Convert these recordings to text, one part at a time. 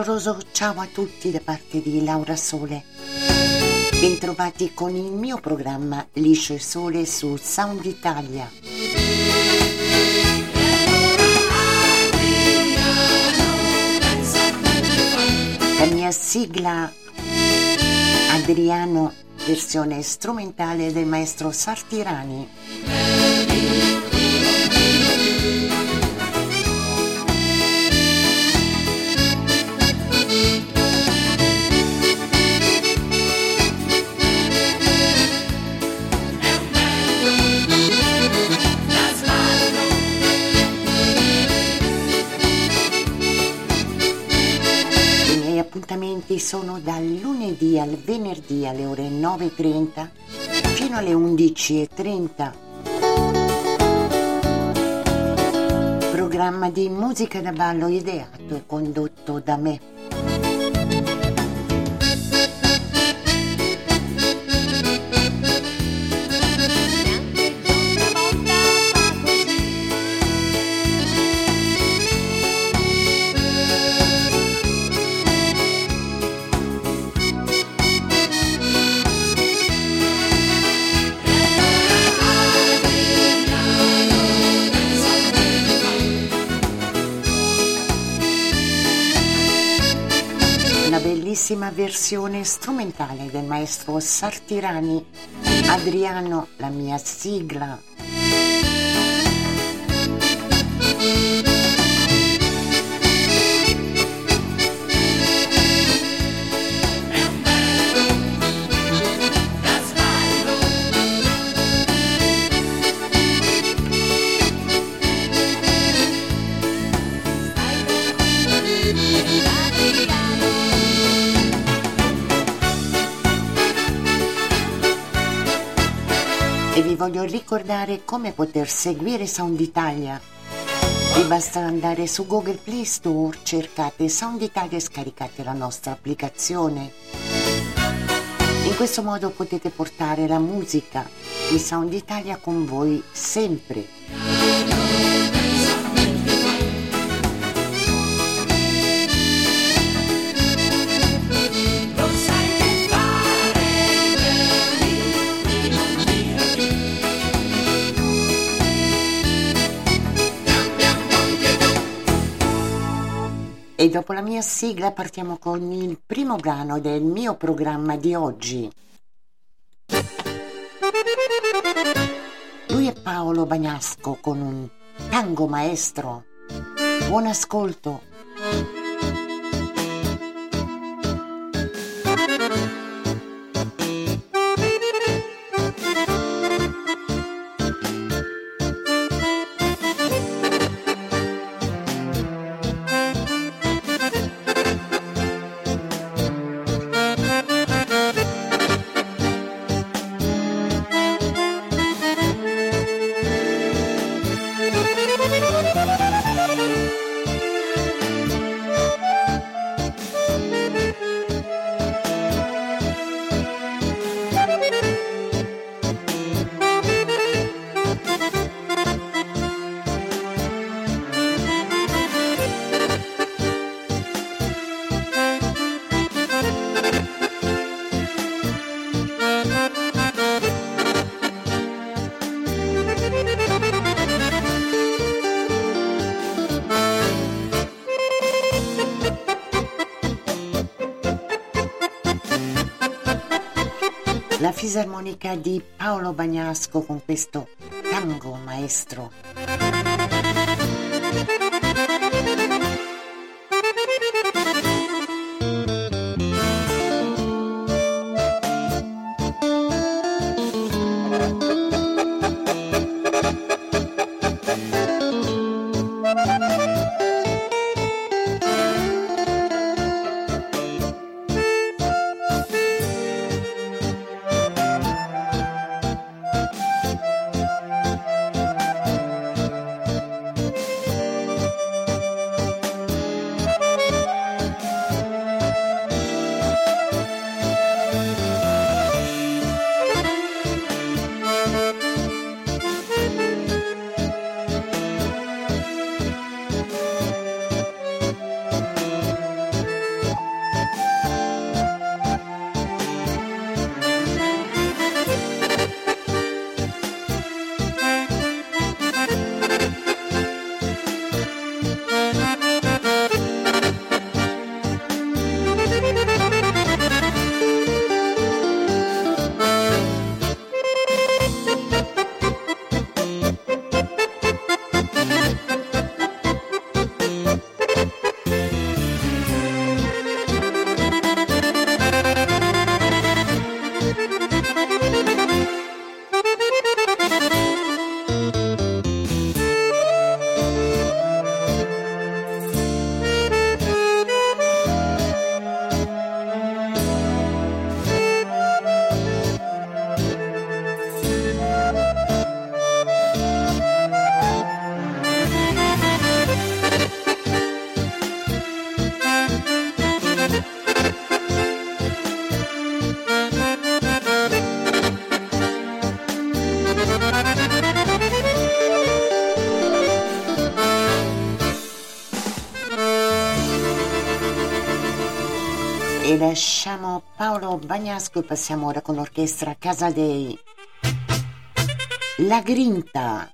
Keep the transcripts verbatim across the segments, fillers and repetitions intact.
caloroso ciao a tutti da parte di Laura Sole. Bentrovati con il mio programma Liscio e Sole su Sound Italia. La mia sigla Adriano, versione strumentale del maestro Sartirani. Appuntamenti sono dal lunedì al venerdì alle ore nove e trenta fino alle undici e trenta. Programma di musica da ballo ideato e condotto da me. Bellissima versione strumentale del maestro Sartirani, Adriano, la mia sigla. E vi voglio ricordare come poter seguire Sound Italia. Vi basta andare su Google Play Store, cercate Sound Italia e scaricate la nostra applicazione. In questo modo potete portare la musica di Sound Italia con voi sempre. E dopo la mia sigla partiamo con il primo brano del mio programma di oggi. Lui è Paolo Bagnasco con un tango maestro. Buon ascolto. La fisarmonica di Paolo Bagnasco con questo tango maestro. lasciamo Paolo Bagnasco e passiamo ora con l'orchestra Casadei. La Grinta.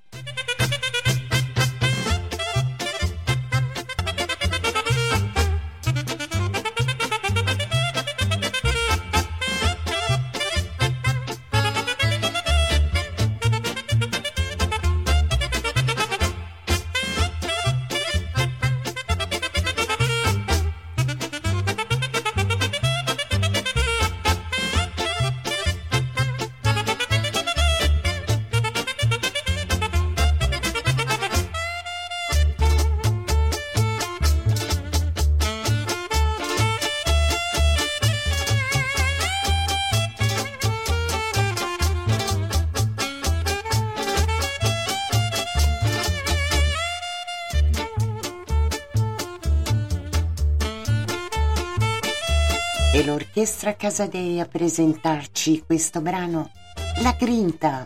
E l'orchestra Casadei a presentarci questo brano, La Grinta.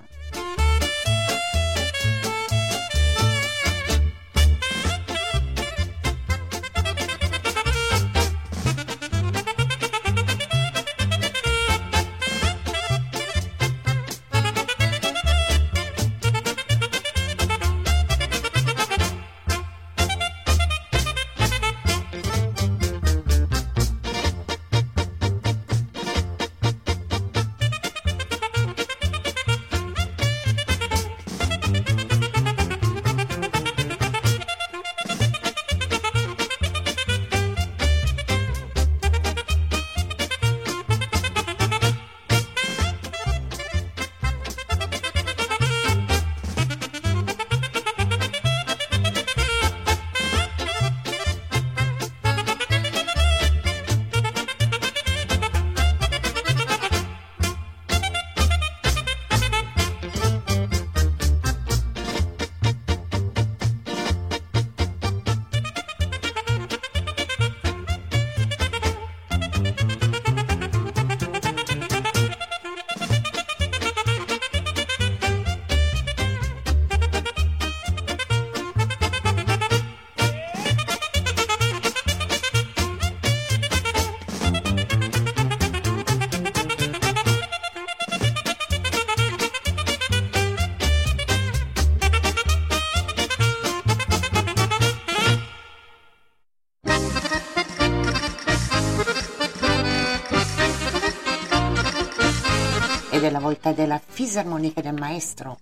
Ed è la volta della fisarmonica del maestro.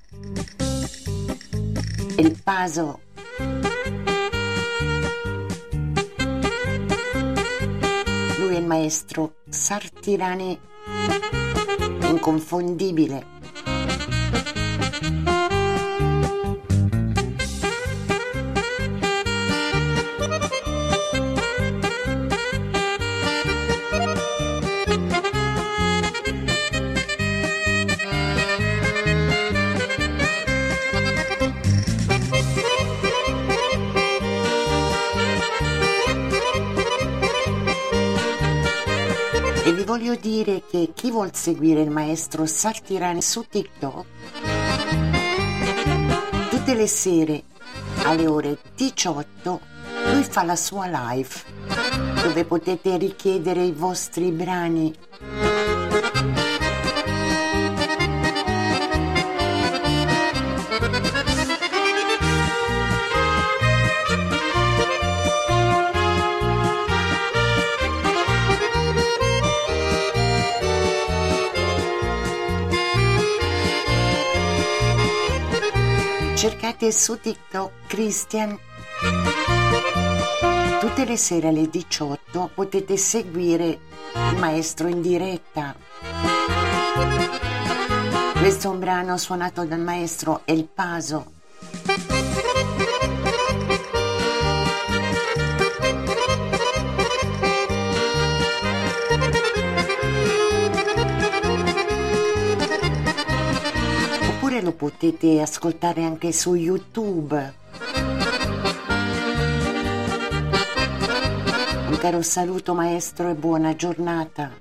Il Paso. Lui è il maestro Sartirani, inconfondibile. E vi voglio dire che chi vuol seguire il maestro Sartirani su TikTok, tutte le sere alle ore diciotto lui fa la sua live dove potete richiedere i vostri brani. Cercate su TikTok Christian. Tutte le sere alle diciotto potete seguire il maestro in diretta. Questo è un brano suonato dal maestro El Paso. Lo potete ascoltare anche su YouTube. Un caro saluto maestro e buona giornata.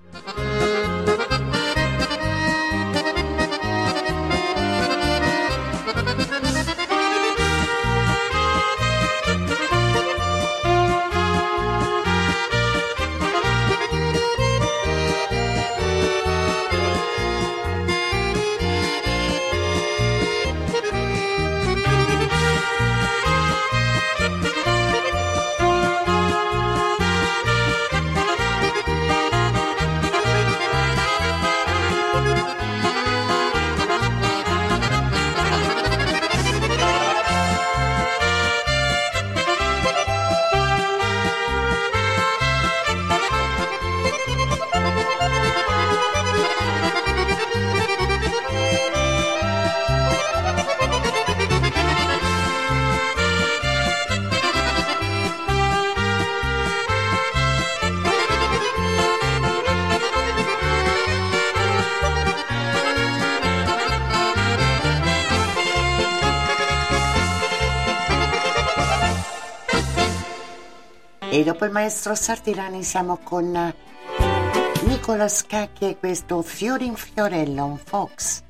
E dopo il maestro Sartirani siamo con Nicola Scacchi e questo Fiori in Fiorella, un Fox.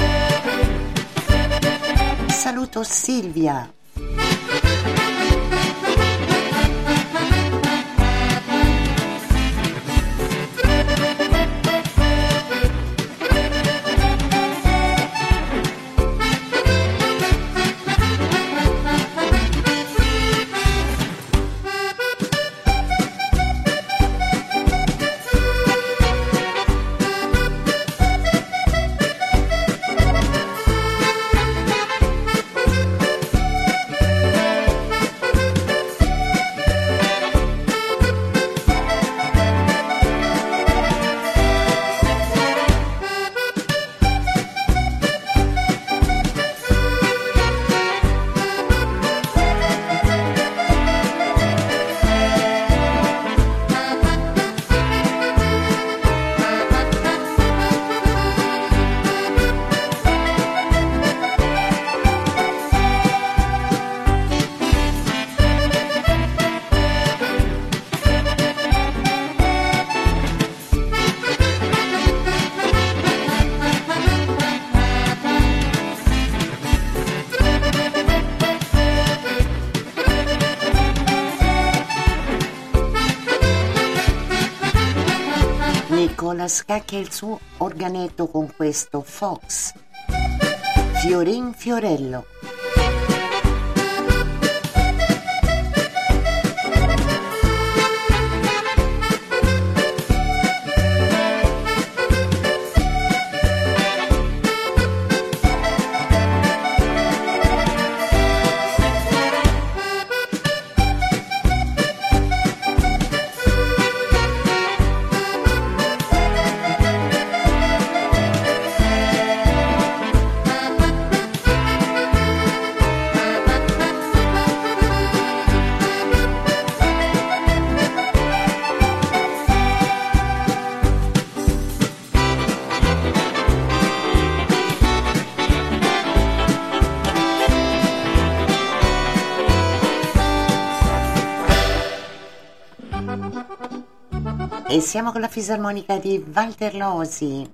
Saluto Silvia. Nicola Scacchi e il suo organetto con questo Fox. Fiorin Fiorello. E siamo con la fisarmonica di Walter Losi.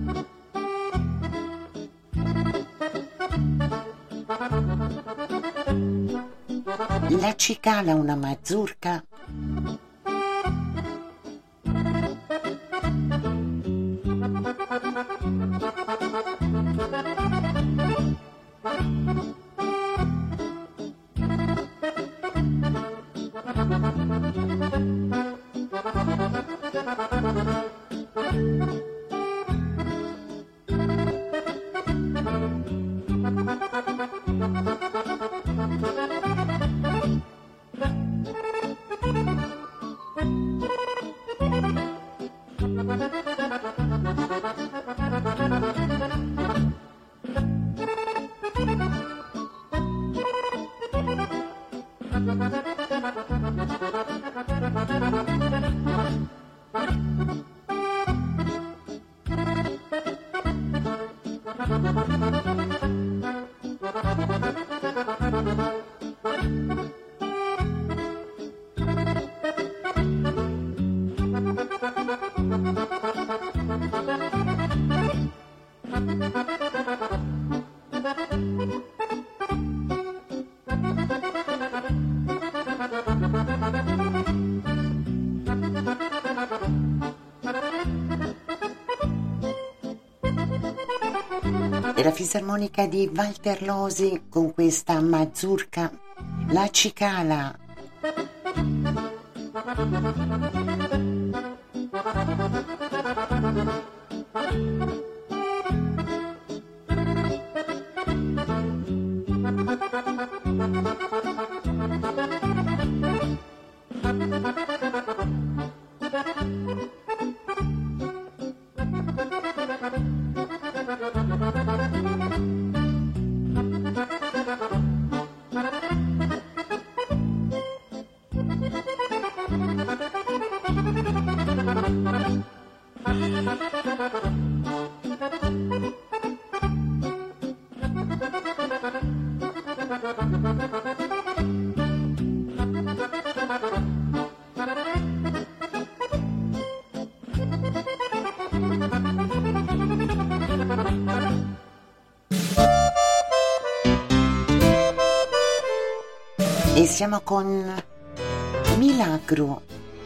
La cicala, una mazurka. E la fisarmonica di Walter Losi con questa mazurka, la cicala. E siamo con Milagro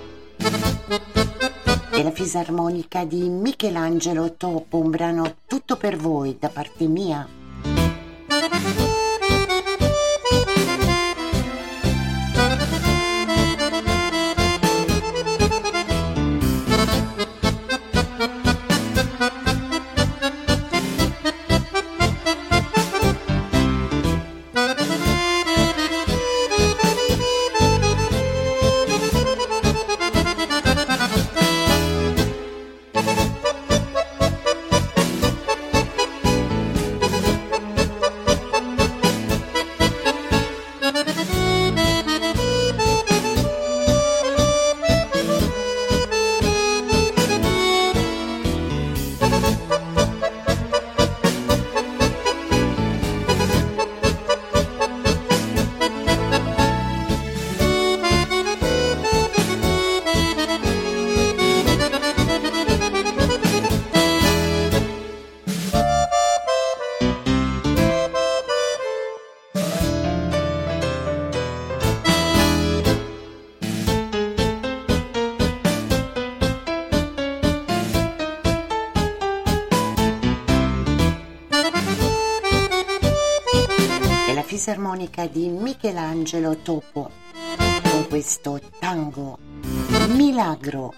e la fisarmonica di Michelangelo Topo, un brano tutto per voi da parte mia. Fisarmonica di Michelangelo Topo con questo tango Milagro.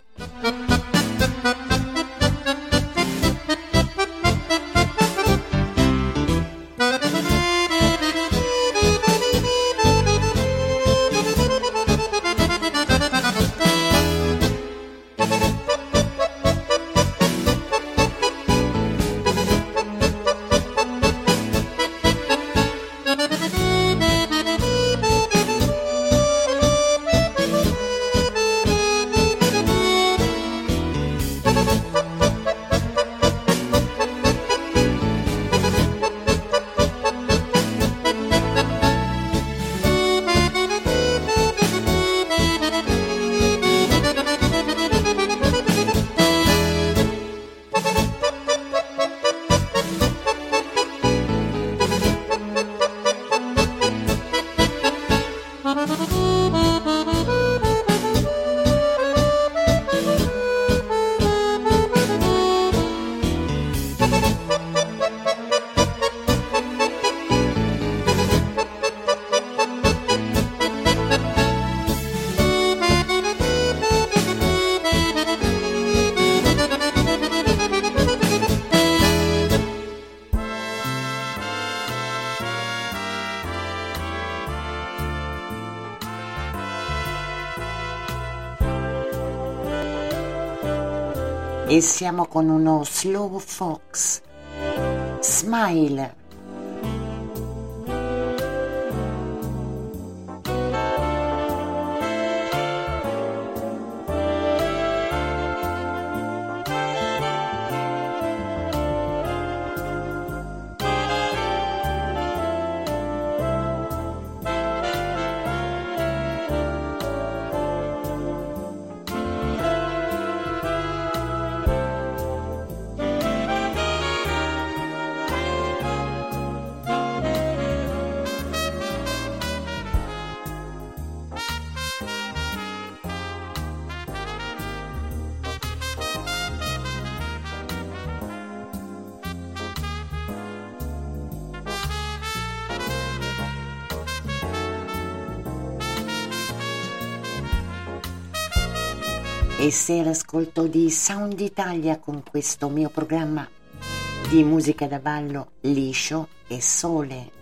E siamo con uno slow fox, Smile. E sei all'ascolto di Sound Italia con questo mio programma di musica da ballo liscio e sole.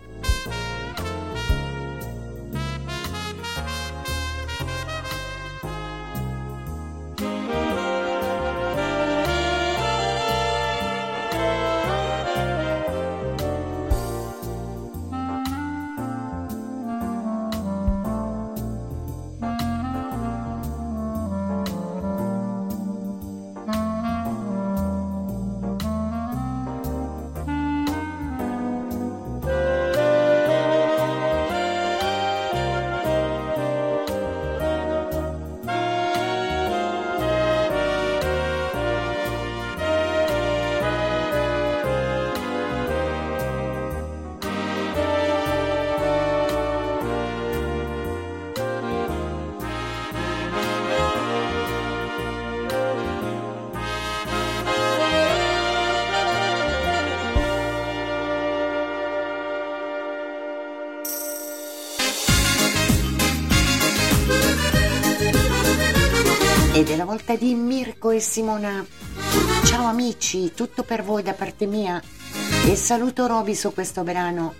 volta di Mirko e Simona. Ciao amici, tutto per voi da parte mia e saluto Roby su questo brano.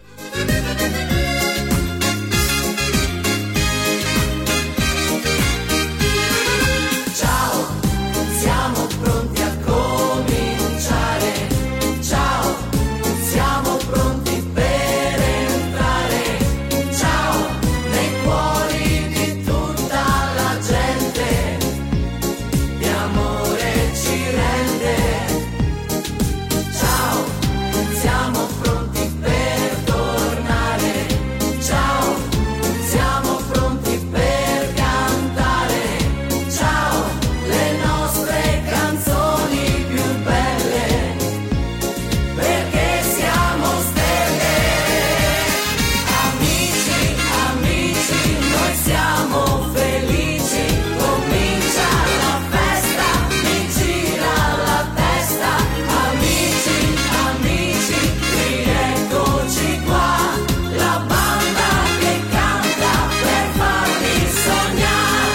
Ciao, siamo pronti a cominciare. Ciao, siamo pronti per entrare. Ciao, nei cuori di tutta la gente, di amore ci rende. Ciao, siamo pronti per tornare. Ciao, siamo pronti per cantare. Ciao, le nostre canzoni più belle, perché siamo stelle. Amici, amici, noi siamo felici. Comincia la festa, mi gira la testa. Amici, amici, rieccoci qua. La banda che canta per farvi sognare.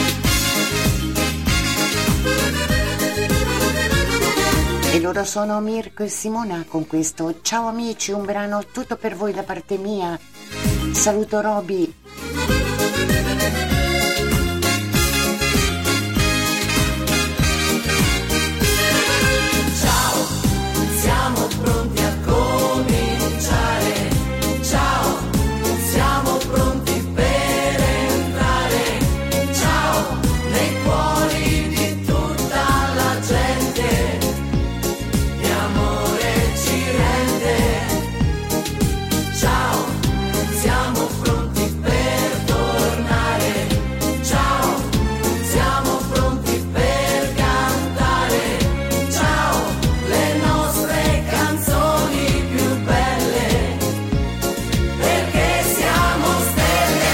E loro sono Mirko e Simona con questo Ciao amici, un brano tutto per voi da parte mia. Saluto Roby. Ciao, siamo pronti a cominciare. Ciao, siamo pronti per entrare. Ciao, nei cuori di tutta la gente, di amore ci rende. Ciao, siamo pronti per tornare. Ciao, siamo pronti per cantare. Ciao, le nostre canzoni più belle, perché siamo stelle.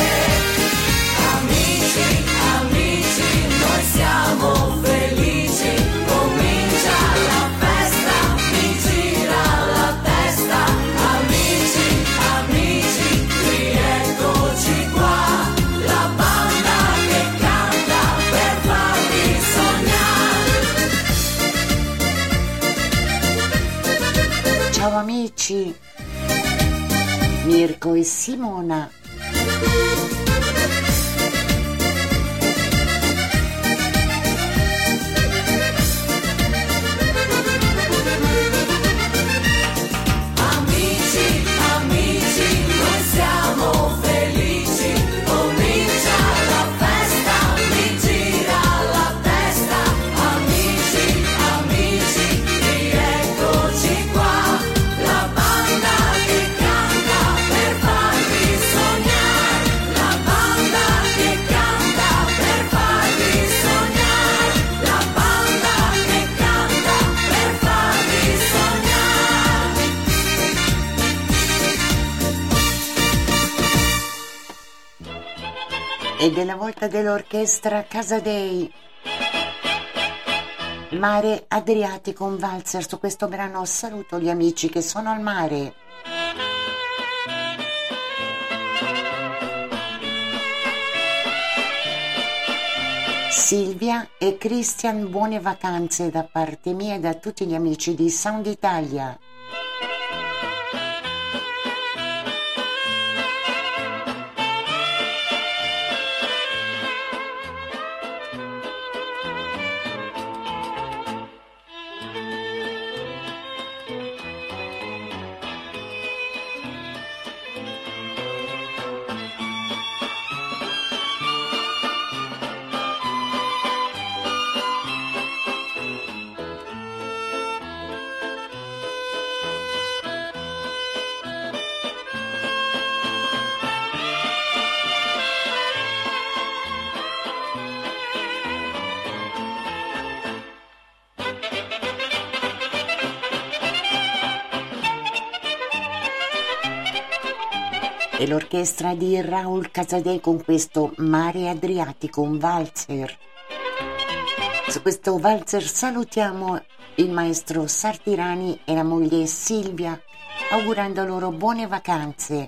Amici, amici, noi siamo felici. Comincia la festa, mi gira la testa. Amici, amici, rieccoci qua. La banda che canta per farvi sognare. Ciao amici, Mirko e Simona. Amici, amici, noi siamo felici. Comincia la festa, mi gira la testa. Amici, amici, rieccoci qua. La banda che canta per farvi sognare. La banda che canta per farvi sognare. La banda che canta per farvi sognare. Ed è la volta dell'orchestra Casadei. Mare Adriatico, un valzer su questo brano. Saluto gli amici che sono al mare. Silvia e Christian, buone vacanze da parte mia e da tutti gli amici di Sound Italia. E l'orchestra di Raul Casadei con questo Mare Adriatico, un valzer. Su questo valzer salutiamo il maestro Sartirani e la moglie Silvia, augurando loro buone vacanze.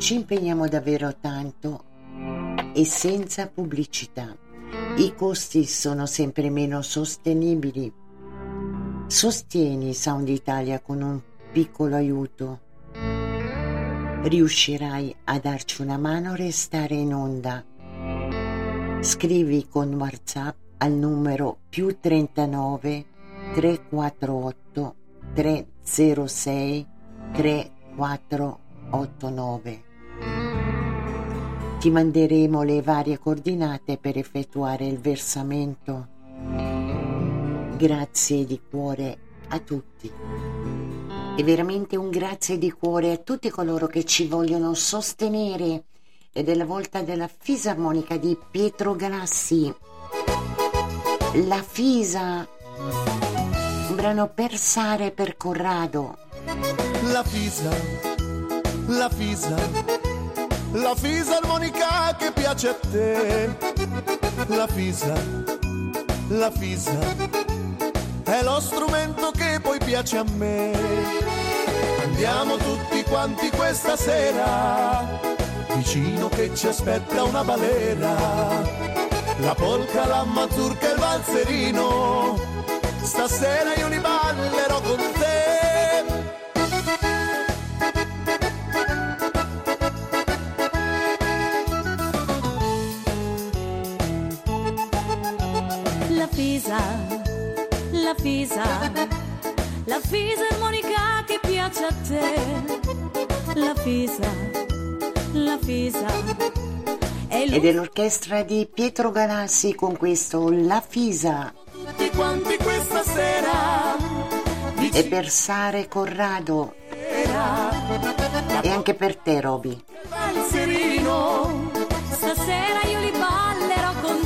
ci impegniamo davvero tanto e senza pubblicità. I costi sono sempre meno sostenibili. Sostieni Sound Italia con un piccolo aiuto. Riuscirai a darci una mano a restare in onda. Scrivi con WhatsApp al numero più trentanove trecentoquarantotto trecentosei trentaquattrocentottantanove. Ti manderemo le varie coordinate per effettuare il versamento. Grazie di cuore a tutti. E veramente un grazie di cuore a tutti coloro che ci vogliono sostenere. Ed è la volta della fisarmonica di Pietro Galassi. La Fisa, un brano per Sara e per Corrado. La Fisa, la Fisa, la fisarmonica che piace a te. La Fisa, la Fisa, è lo strumento che poi piace a me. Andiamo tutti quanti questa sera, vicino che ci aspetta una balera. La polca, la mazurka e il valzerino, stasera io li ballerò con te. La Fisa, la Fisa, la fisarmonica che piace a te. La Fisa, la Fisa. Ed è l'orchestra di Pietro Galassi con questo La Fisa. Tutti quanti questa sera, e per Sara e Corrado e anche per te, Roby. Valzerino, stasera io li ballerò con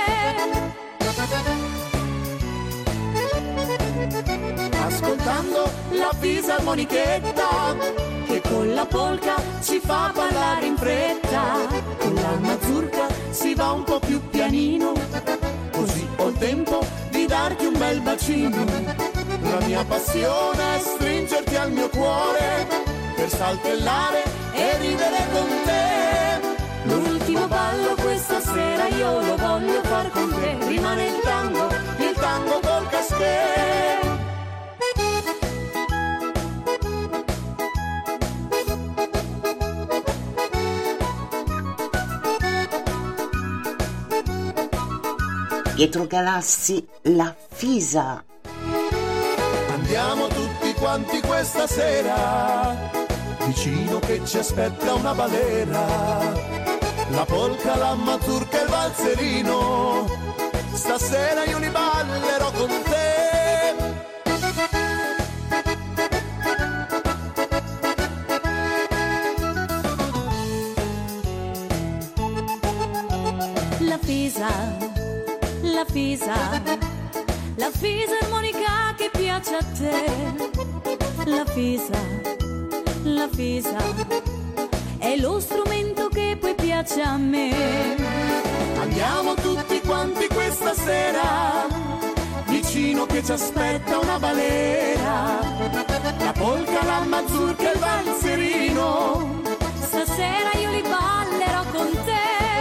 te. Ascoltando la fisarmonichetta che con la polca ci fa ballare in fretta. Con la mazurka si va un po' più pianino, così ho il tempo di darti un bel bacino. La mia passione è stringerti al mio cuore, per saltellare e ridere con te. L'ultimo ballo questa sera io lo voglio far con te. Rimane il tango, il tango col caschè. Pietro Galassi, La Fisa. Andiamo tutti quanti questa sera, vicino che ci aspetta una balera. La polca, la mazurka e il valzerino, stasera io li ballerò con te. La Fisa, la Fisa, la fisarmonica che piace a te. La Fisa, la Fisa, è lo strumento che poi piace a me. Andiamo tutti quanti questa sera, vicino che ci aspetta una balera. La polca, la mazurka e il valzerino, stasera io li ballerò con te.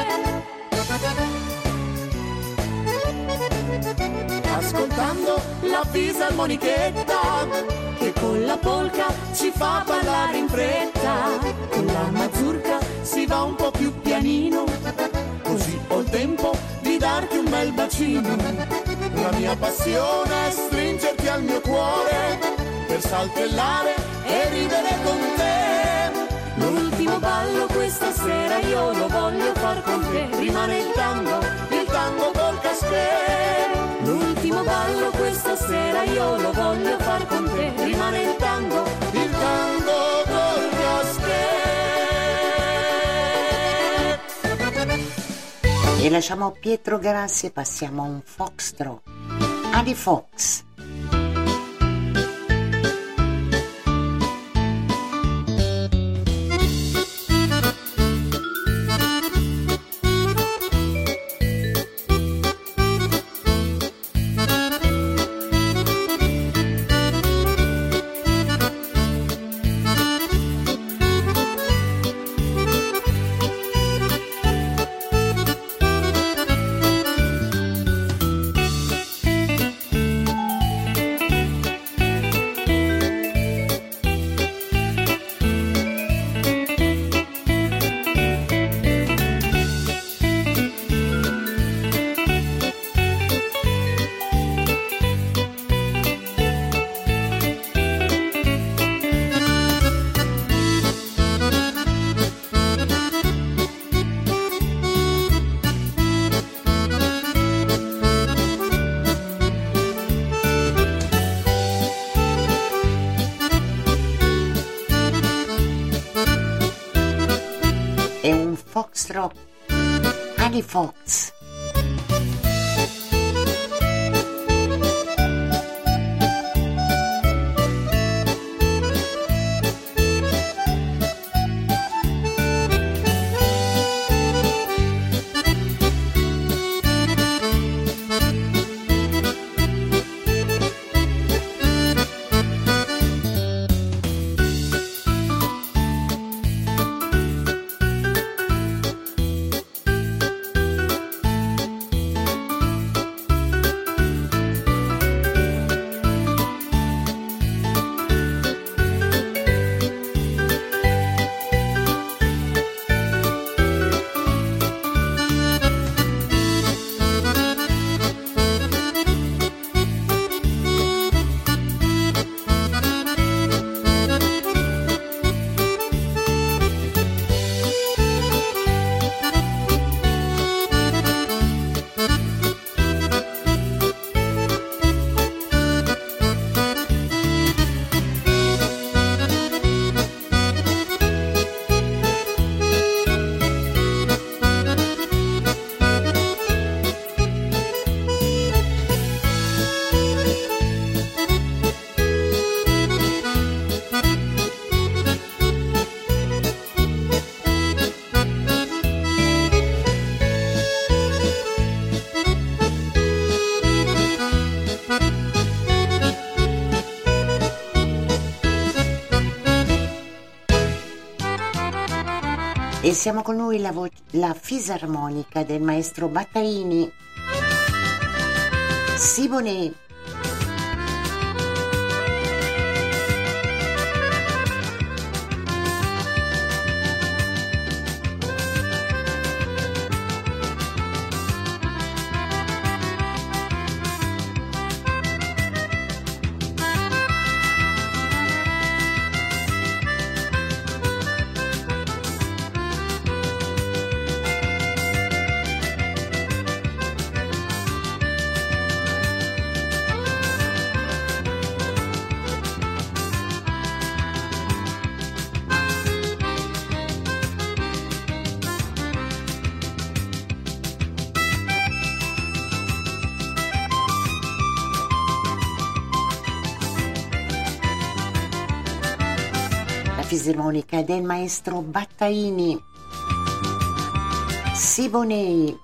Ascoltando la fisarmonichetta che con la polca ci fa ballare in fretta. Con la mazurka si va un po' più pianino, così ho il tempo di darti un bel bacino. La mia passione è stringerti al mio cuore, per saltellare e ridere con te. L'ultimo ballo questa sera io lo voglio far con te. Rimane il tango, il tango col caschè. L'ultimo ballo questa sera io lo voglio far con te. Rimane il tango, il tango col caschè. E lasciamo Pietro Galassi e passiamo a un foxtrot. Adi Fox. Foxtrot, Ali Fox. E siamo con lui la, vo- la fisarmonica del maestro Battaini. Siboney. Fisarmonica del maestro Battaini. Siboney.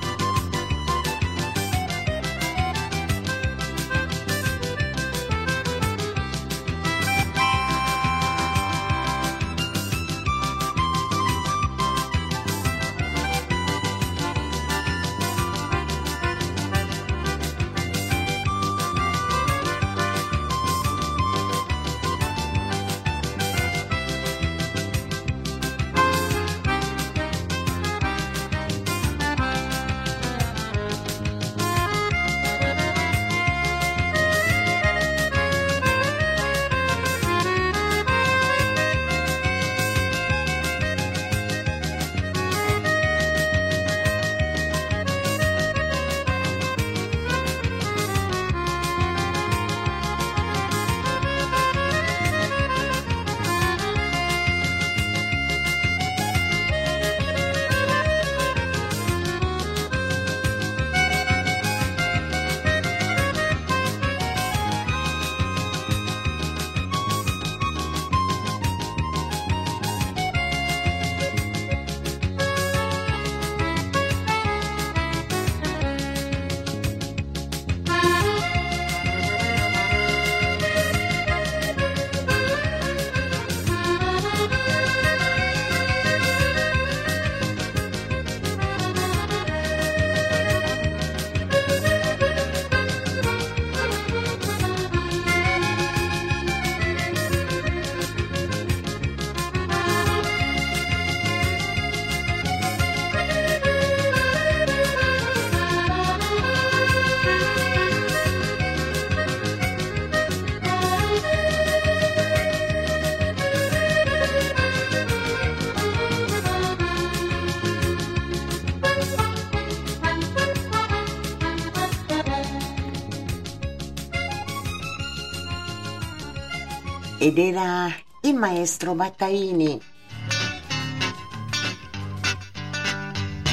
ed era il maestro Battaini.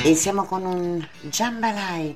E siamo con un jambalaya.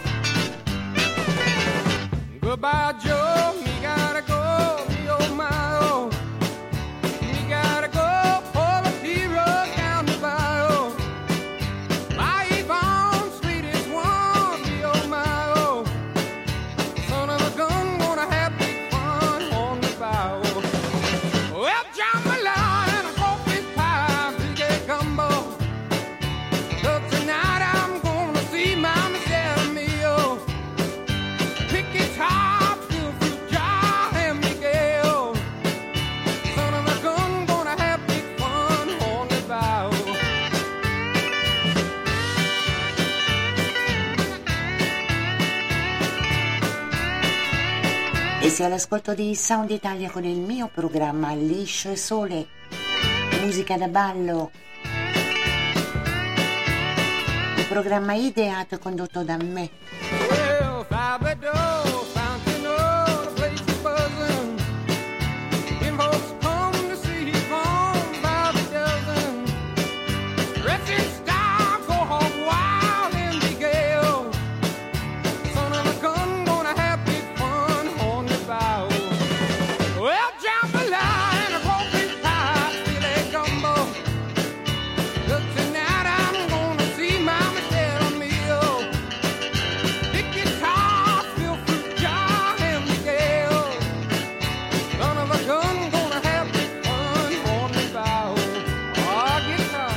Goodbye, Joe. Me gotta go. Me oh my oh. Me gotta go for the hero down the bayou. My Yvonne, sweetest one. Me oh my oh. Son of a gun, gonna have big fun on the bayou. Well, jambalaya and a coffee pie, big egg gumbo. But tonight I'm gonna see Mama Sarah Mio. Pick guitar, fill fruit jar, and Miguel. Son of a gun, gonna have big fun on the bayou. E sei all'ascolto di Sound Italia con il mio programma Liscio e Sole, musica da ballo. Un programma ideato e condotto da me. Well, Fabio, found you know the place is buzzing. Them folks come to see home by the dozen. Dressing style, go hog wild in the gale. Son of a gun, gonna have big fun on the bow. Well, jambalaya and a coffee pie, filet gumbo. Look, tonight I'm gonna see Mama Sarah Mio. Pick guitar, fill fruit jar, and Miguel. Son of a gun, gonna have big fun on the bow. Oh, guitar.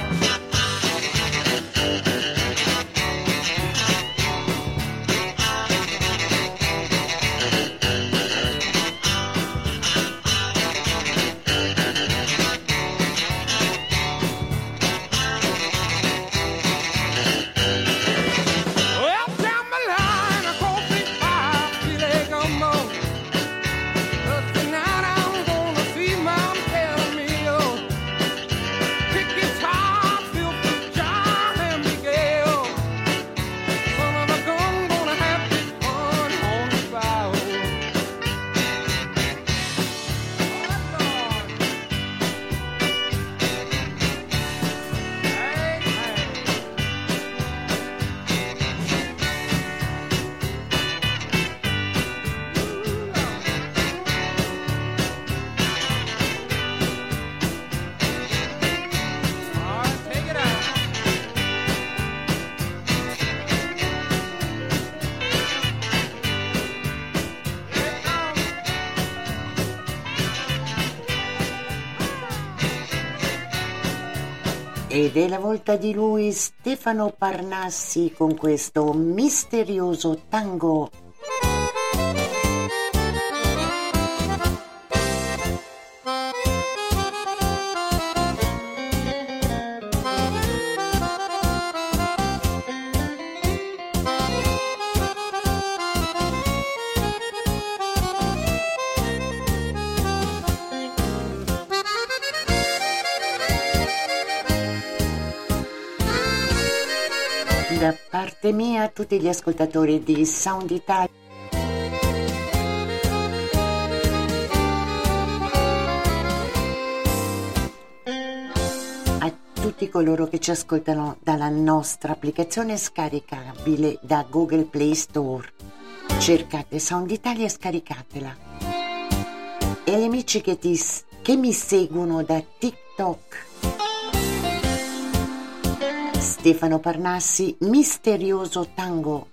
Well, jambalaya and a coffee pie, filet gumbo. But tonight I'm gonna see Mama Sarah Mio. Pick guitar, fill fruit jar, and Miguel. Son of a gun, gonna have big fun on the bow. Hey, hey. All right, take it out. Here it comes. Ed è la volta di lui, Stefano Parnassi, con questo misterioso tango. Da parte mia a tutti gli ascoltatori di Sound Italia. A tutti coloro che ci ascoltano dalla nostra applicazione scaricabile da Google Play Store. Cercate Sound Italia e scaricatela. E agli amici che, ti, che mi seguono da TikTok. Stefano Parnassi, misterioso tango.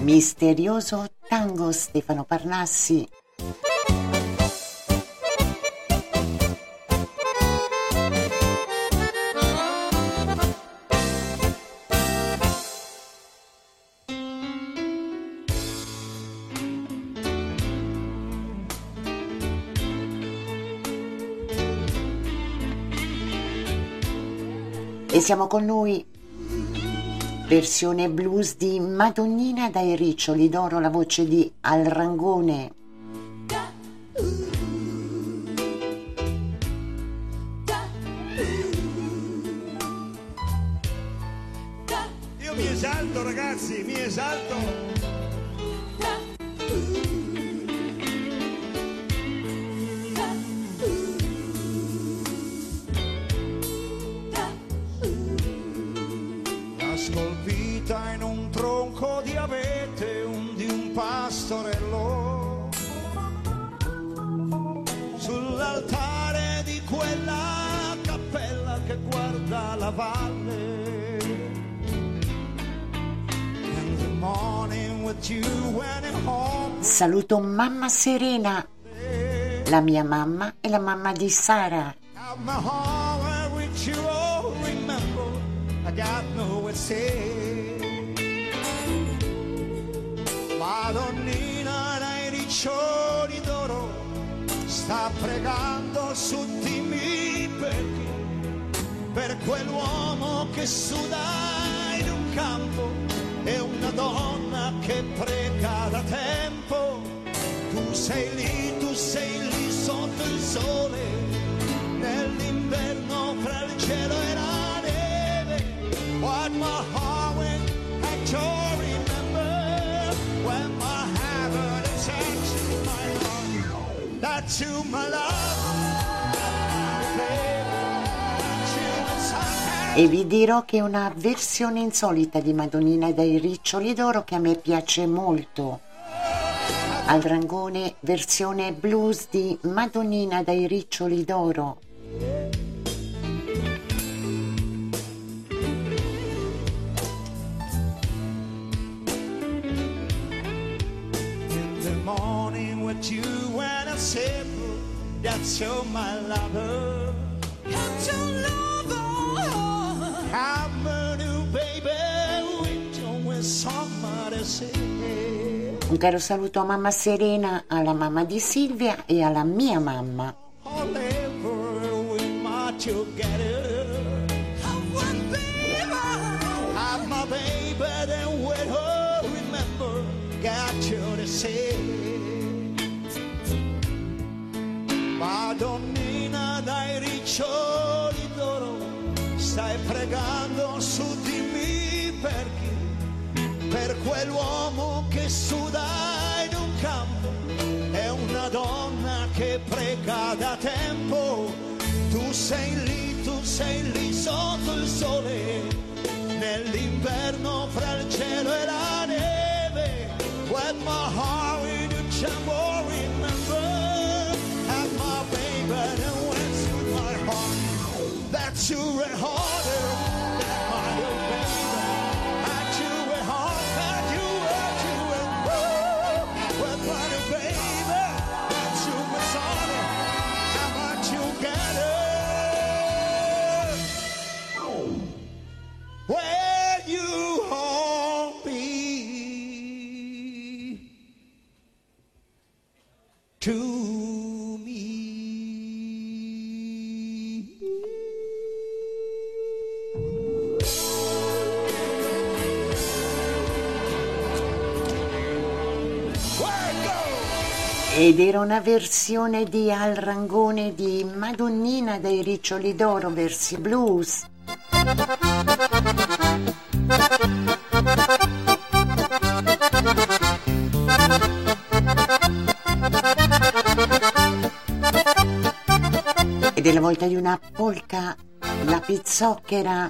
Misterioso tango, Stefano Parnassi. E siamo con lui, versione blues di Madonnina dai Riccioli d'Oro, la voce di Al Rangone. Io mi esalto, ragazzi, mi esalto. Scolpita in un tronco di abete un, di un pastorello sull'altare di quella cappella che guarda la valle. And the morning with you went home. Saluto mamma Serena, la mia mamma e la mamma di Sara. Have my heart with you, oh, remember I got nowhere to say. Madonnina dai Riccioli d'Oro sta pregando su di me perché per quell'uomo che suda in un campo è una donna che prega da tempo. Tu sei lì, tu sei lì sotto il sole nell'inverno fra il cielo e la neve. What my heart went back to remember when my heaven touched my heart. That's you, my love. E vi dirò che è una versione insolita di Madonnina dai Riccioli d'Oro che a me piace molto. Al Rangone, versione blues di Madonnina dai Riccioli d'Oro. You when I said that's your my lover, that's your lover. I'm a new baby with you when somebody said. Un caro saluto a mamma Serena, alla mamma di Silvia e alla mia mamma. All ever with my together. I'm one baby, I'm my baby, then with her remember got you to say. Madonnina dai Riccioli d'Oro stai pregando su di me perché per quell'uomo che suda in un campo è una donna che prega da tempo. Tu sei lì, tu sei lì sotto il sole nell'inverno fra il cielo e la neve. When my heart in a tremble remember that's you and harder, my little baby. That's you and hard, that you and you and woo. Well, my little baby, that's you and sorry. How about you get it? When you hold me to Ed era una versione di Al Rangone di Madonnina dai Riccioli d'Oro, versi blues. Ed è la volta di una polka, la pizzocchera.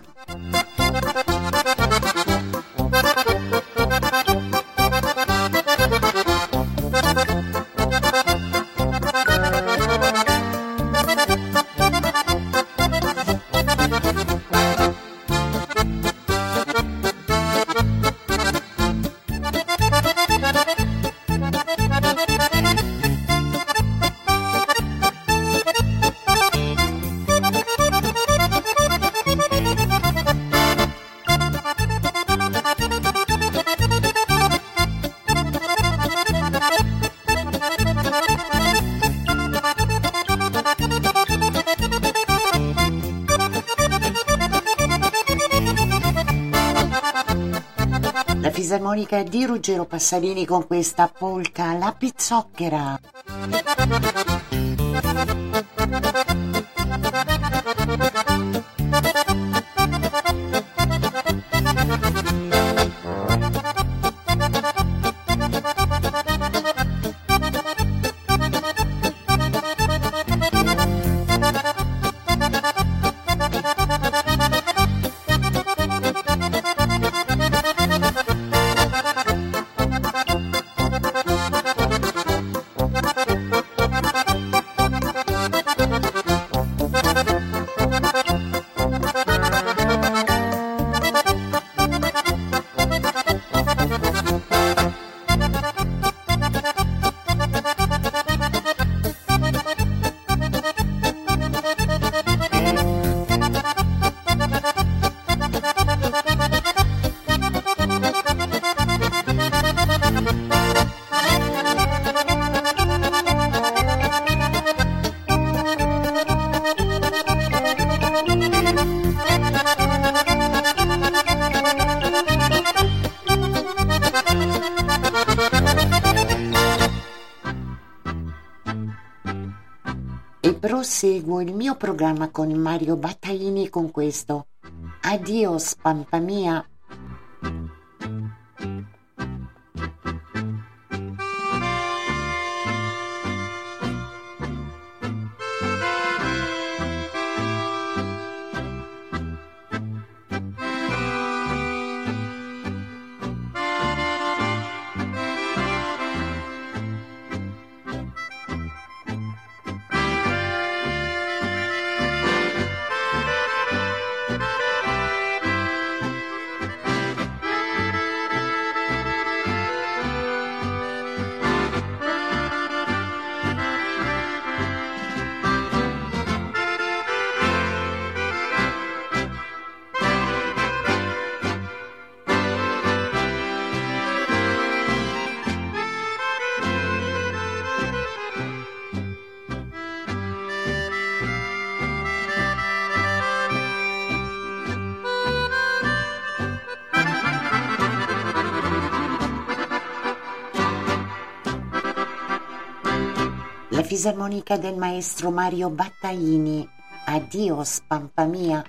fisarmonica di Ruggero Passalini con questa polca La Pizzocchera. Proseguo il mio programma con Mario Battaini con questo Adios Pampa Mia. La fisarmonica del maestro Mario Battaini, Adios Pampa Mia.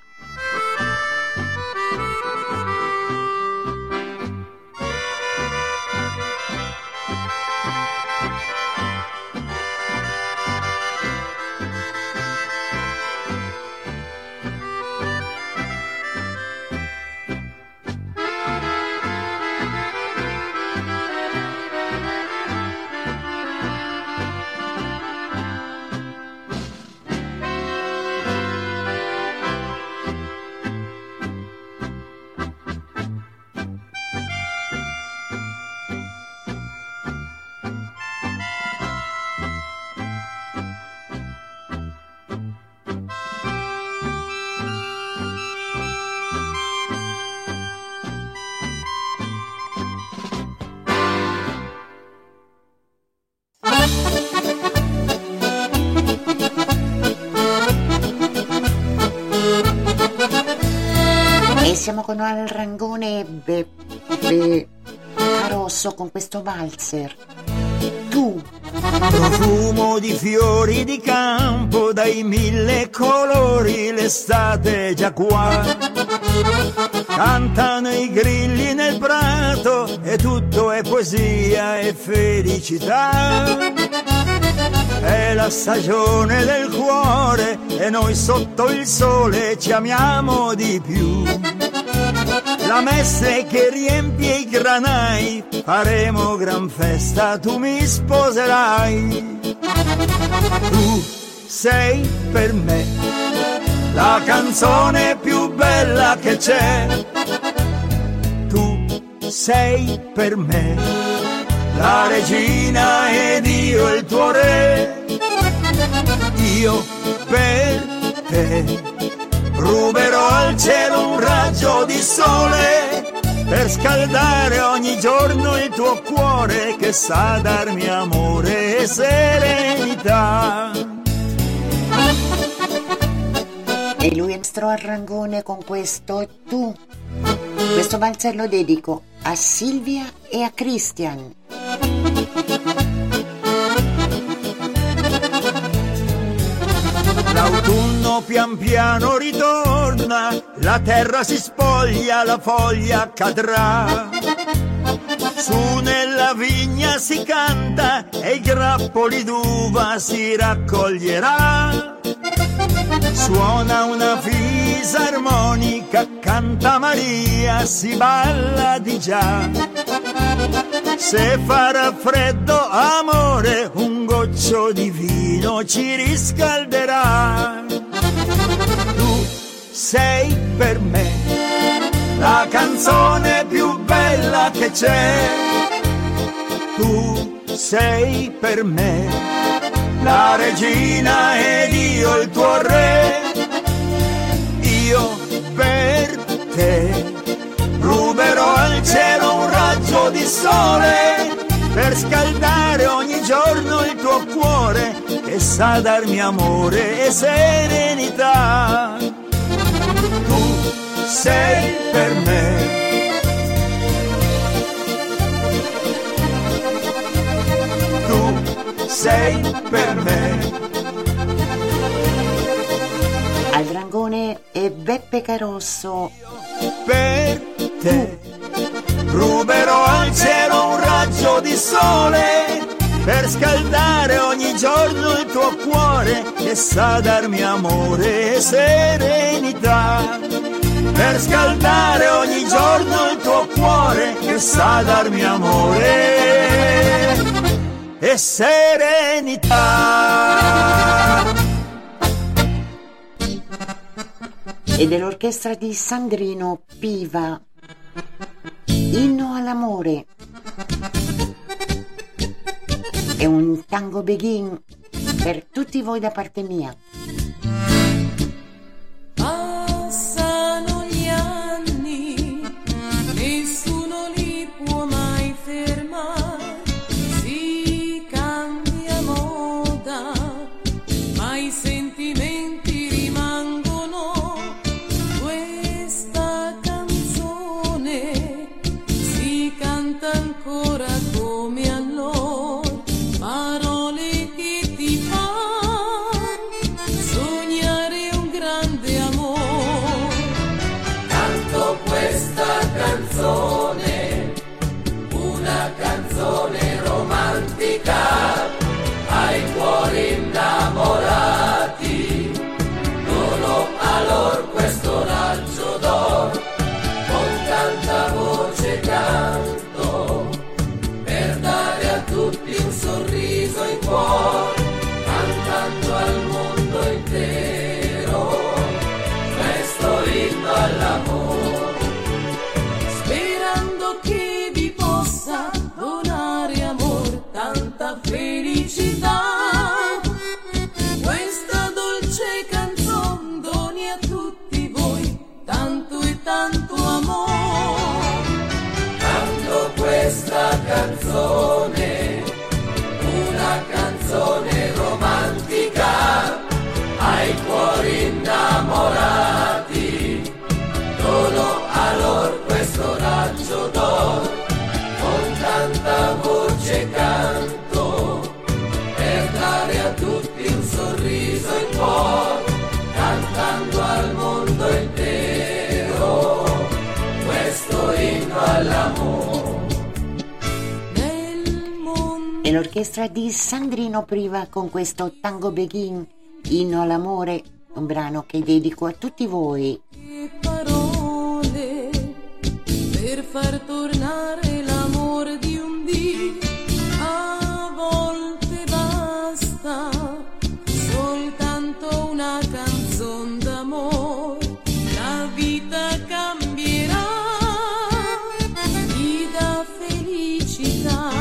Siamo con Al Rangone e Beppe Carosso con questo valzer. Tu. Profumo di fiori di campo, dai mille colori, l'estate è già qua. Cantano i grilli nel prato e tutto è poesia e felicità. È la stagione del cuore e noi sotto il sole ci amiamo di più. La messe che riempie i granai, faremo gran festa, tu mi sposerai. Tu sei per me la canzone più bella che c'è. Tu sei per me la regina ed io il tuo re. Io per te ruberò al cielo un raggio di sole per scaldare ogni giorno il tuo cuore che sa darmi amore e serenità. E lui è Al Rangone con questo Tu. Questo valzer lo dedico a Silvia e a Christian. L'autunno pian piano ritorna, la terra si spoglia, la foglia cadrà. Su nella vigna si canta e i grappoli d'uva si raccoglierà. Suona una fisarmonica, canta Maria, si balla di già. Se farà freddo, amore, un goccio di vino ci riscalderà. Tu sei per me la canzone più bella che c'è. Tu sei per me la regina ed io il tuo re. Io per te ruberò al cielo un raggio di sole per scaldare ogni giorno il tuo cuore che sa darmi amore e serenità. Tu sei per me sei per me. Al Dragone e Beppe Carosso. Per te ruberò al cielo un raggio di sole per scaldare ogni giorno il tuo cuore che sa darmi amore e serenità. Per scaldare ogni giorno il tuo cuore che sa darmi amore e serenità. E dell'orchestra di Sandrino Piva, Inno all'amore. È un tango begin per tutti voi da parte mia. Passano gli anni, nessuno li può mai fermare. Si cambia moda, ma i sentimenti rimangono. Questa canzone si canta ancora come allora. Parole che ti fanno sognare un grande amore. Canto questa canzone, una canzone romantica ai cuori innamorati. Dono a lor questo raggio d'oro, con tanta voce canto, per dare a tutti un sorriso in cuore, cantando al mondo intero questo inno all'amore. Sperando che vi possa donare amor, tanta felicità. Questa dolce canzone doni a tutti voi tanto e tanto amore. Canto questa canzone, una canzone romantica ai cuori innamorati. Dono a lor questo raggio d'oro, con tanta voce canto, per dare a tutti un sorriso in cuore, cantando al mondo intero questo inno all'amore. Nel mondo E l'orchestra di Sandrino Priva con questo tango begin, Inno all'amore, un brano che dedico a tutti voi. e parole per far tornare l'amore di un dì. A volte basta soltanto una canzone d'amore, la vita cambierà, ti dà felicità.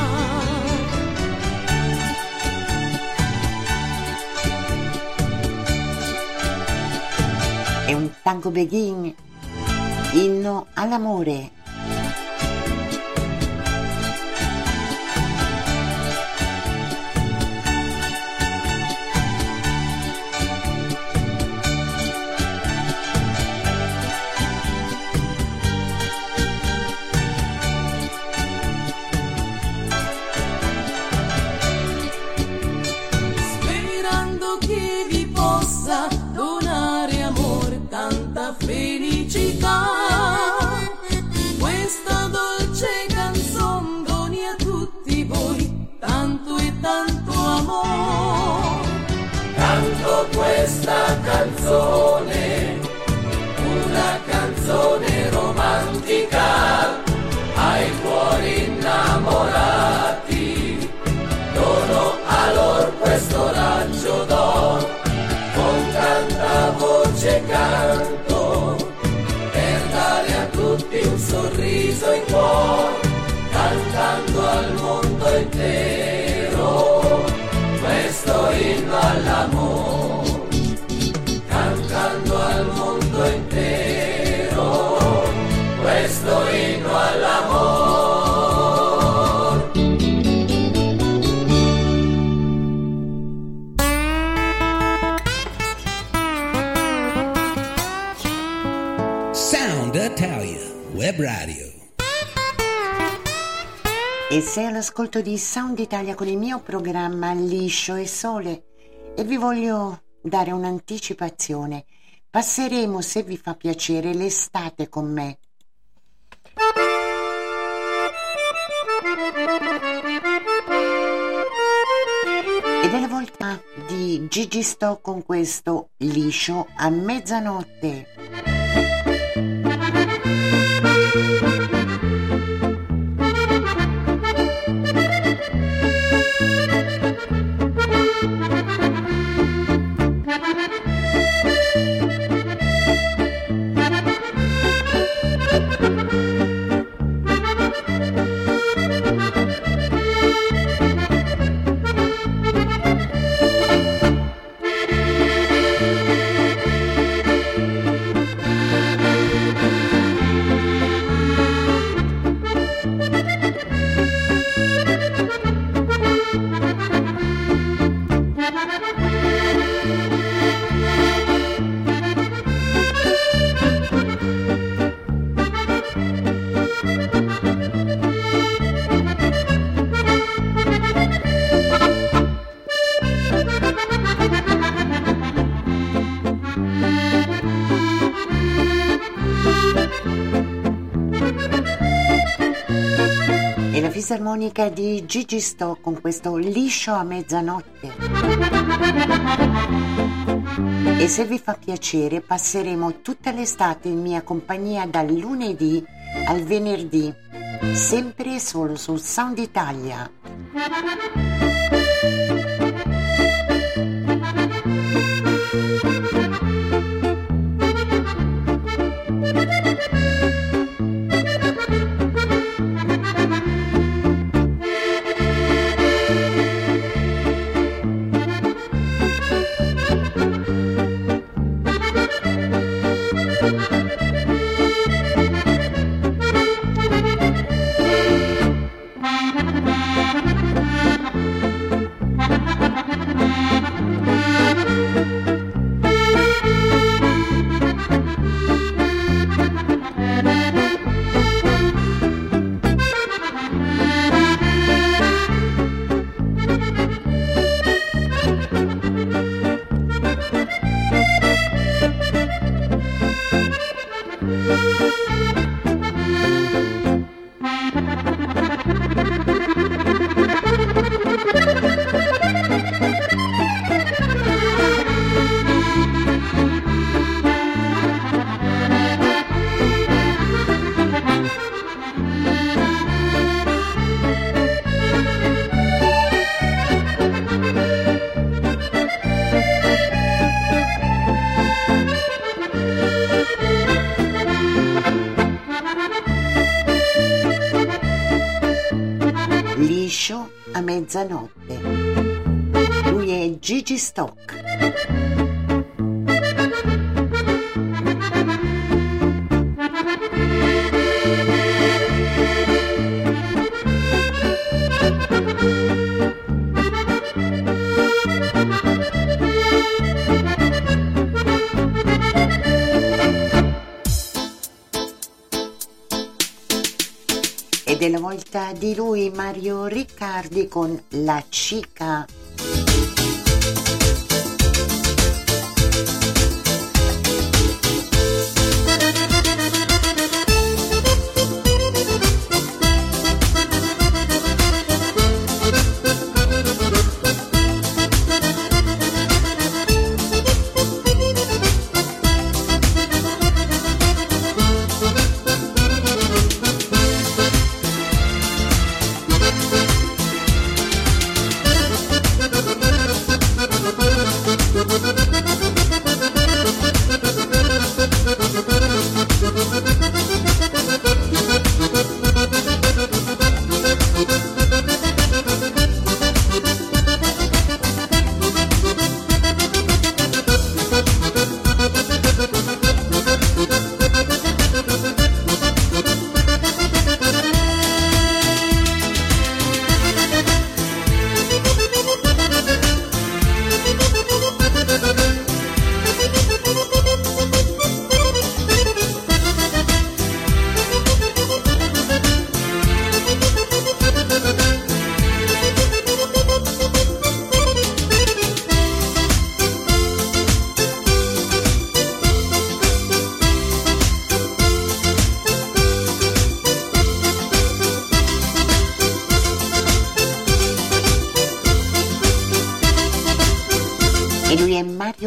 È un tango begin, Inno all'amore. canzone, una canzone romantica ai cuori innamorati. Dono a loro questo raggio d'oro, con tanta voce canto, per dare a tutti un sorriso in cuore, cantando al mondo intero questo inno all'amore, cantando al mondo intero questo inno all'amore. Sound Italia Web Radio. E sei all'ascolto di Sound Italia con il mio programma Liscio e Sole, e vi voglio dare un'anticipazione. Passeremo, se vi fa piacere, l'estate con me. Ed è la volta di Gigi Stock con questo Liscio a mezzanotte. Fisarmonica di Gigi Stock con questo Liscio a mezzanotte. E se vi fa piacere, passeremo tutta l'estate in mia compagnia dal lunedì al venerdì, sempre e solo su Sound Italia. Liscio a mezzanotte. Lui è Gigi Stock. Ed è la volta di lui, Mario Riccardi, con La Chica.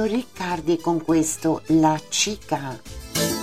Guido Riccardi con questo La Chica.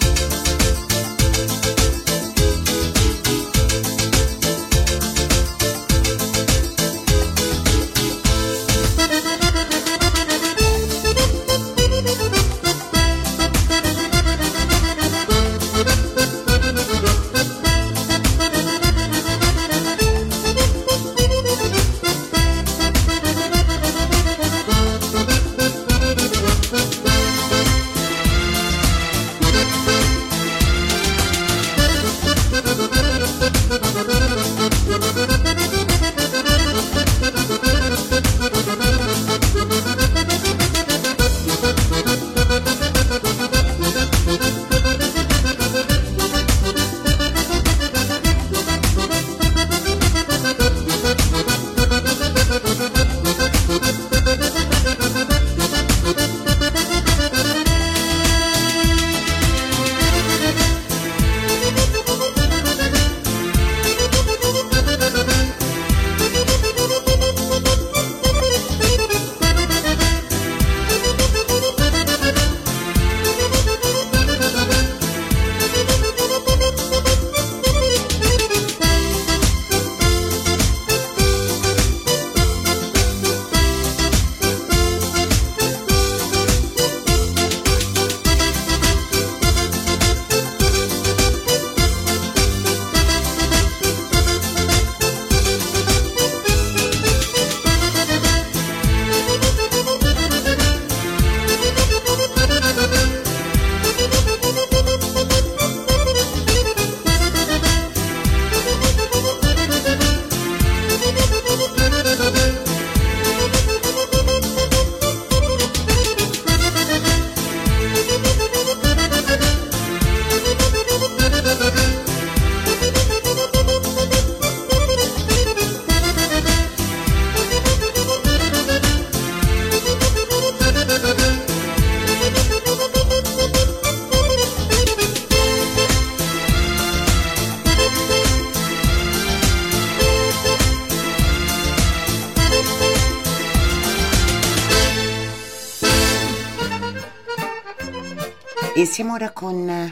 E siamo ora con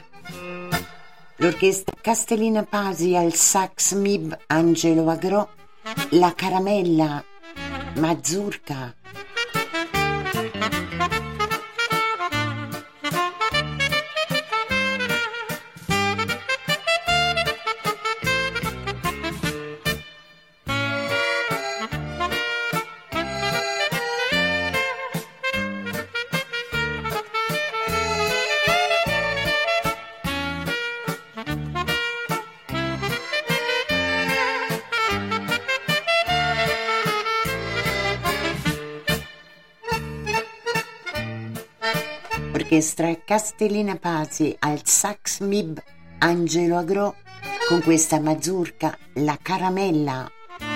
l'orchestra Castellina Pasi al sax Mib Angelo Agro, la caramella Mazurka. Orchestra Castellina Pasi al sax Mib Angelo Agro con questa mazurka, la caramella.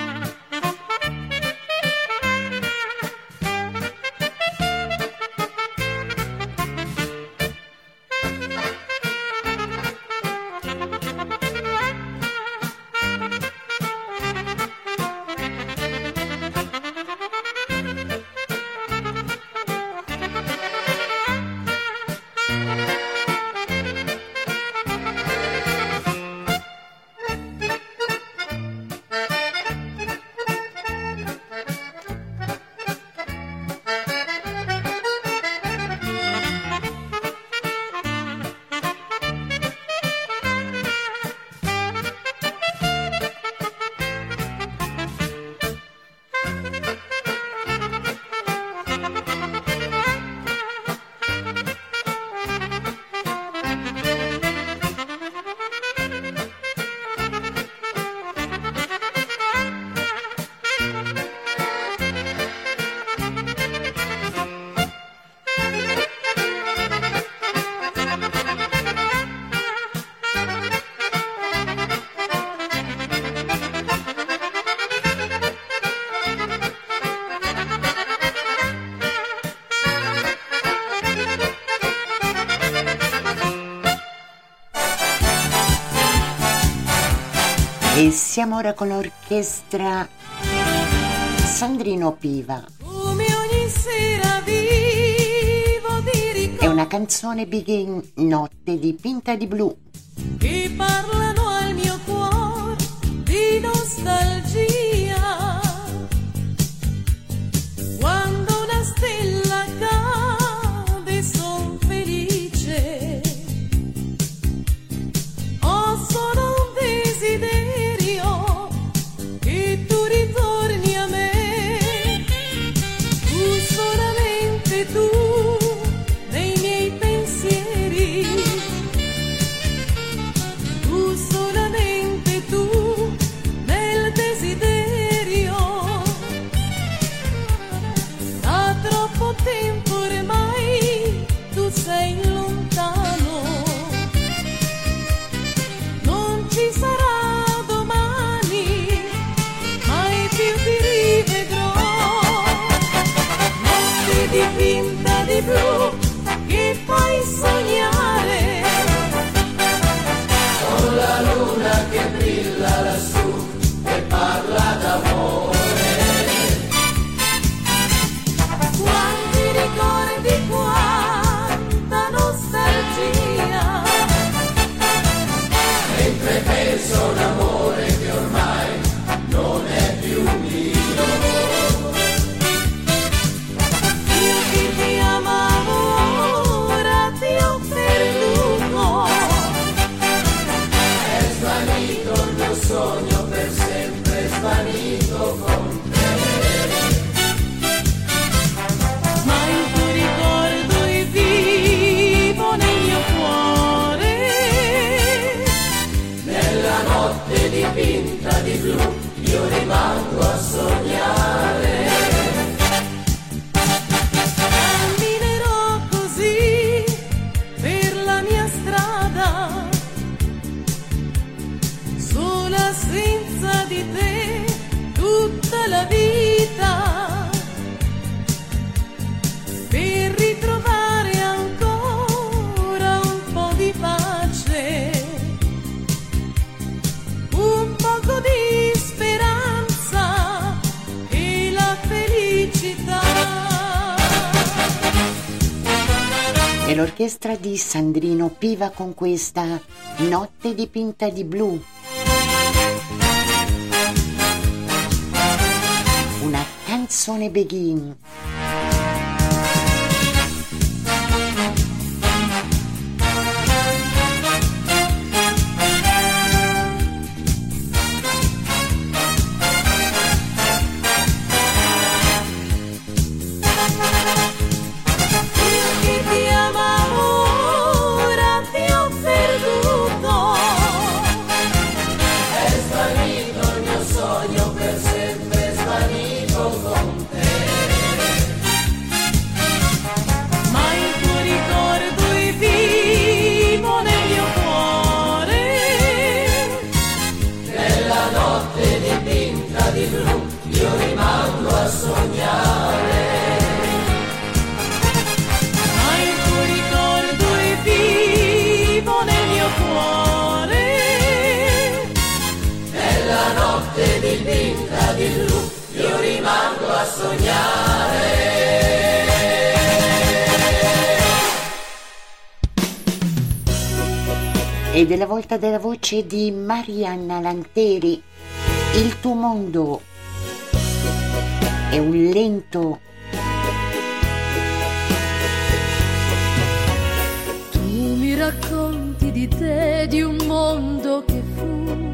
E siamo ora con l'orchestra Sandrino Piva. Come ogni sera vivo una canzone Begin, Notte dipinta di blu. Che parlano al mio cuore di nostalgia, quando una stella cade son felice, ho solo un desiderio, che tu ritorni a me, tu solamente tu nei miei pensieri, tu solamente tu nel desiderio. Da troppo tempo ormai tu sei lontano, non ci sarà domani, mai più ti rivedrò. Notte dipinta di blu che fai sognare, con la luna che brilla lassù e parla d'amore. quanti ricordi, quanta nostalgia, Mentre penso a un amore che ormai non è più mio. io che ti amavo ora ti ho perduto, È svanito il mio sogno, per sempre svanito con te. ma il tuo ricordo è vivo nel mio cuore. Nella notte dipinta di blu io rimango a sognare. Camminerò così per la mia strada, sola senza di te tutta la vita, per ritrovare ancora un po' di pace, un poco di speranza e la felicità. E l'orchestra di Sandrino Piva con questa Notte dipinta di blu. Una canzone Begin. Io che ti amavo ora ti ho perduto, È svanito il mio sogno, per sempre svanito con te. ma il tuo ricordo è vivo nel mio cuore. Nella notte dipinta di blu io rimango a sognare. Ma il tuo ricordo è vivo nel mio cuore. Nella notte dipinta di blu io rimango a sognare. Ed è la volta della voce di Marianna Lanteri. Il tuo mondo è un lento. Tu mi racconti di te, di un mondo che fu,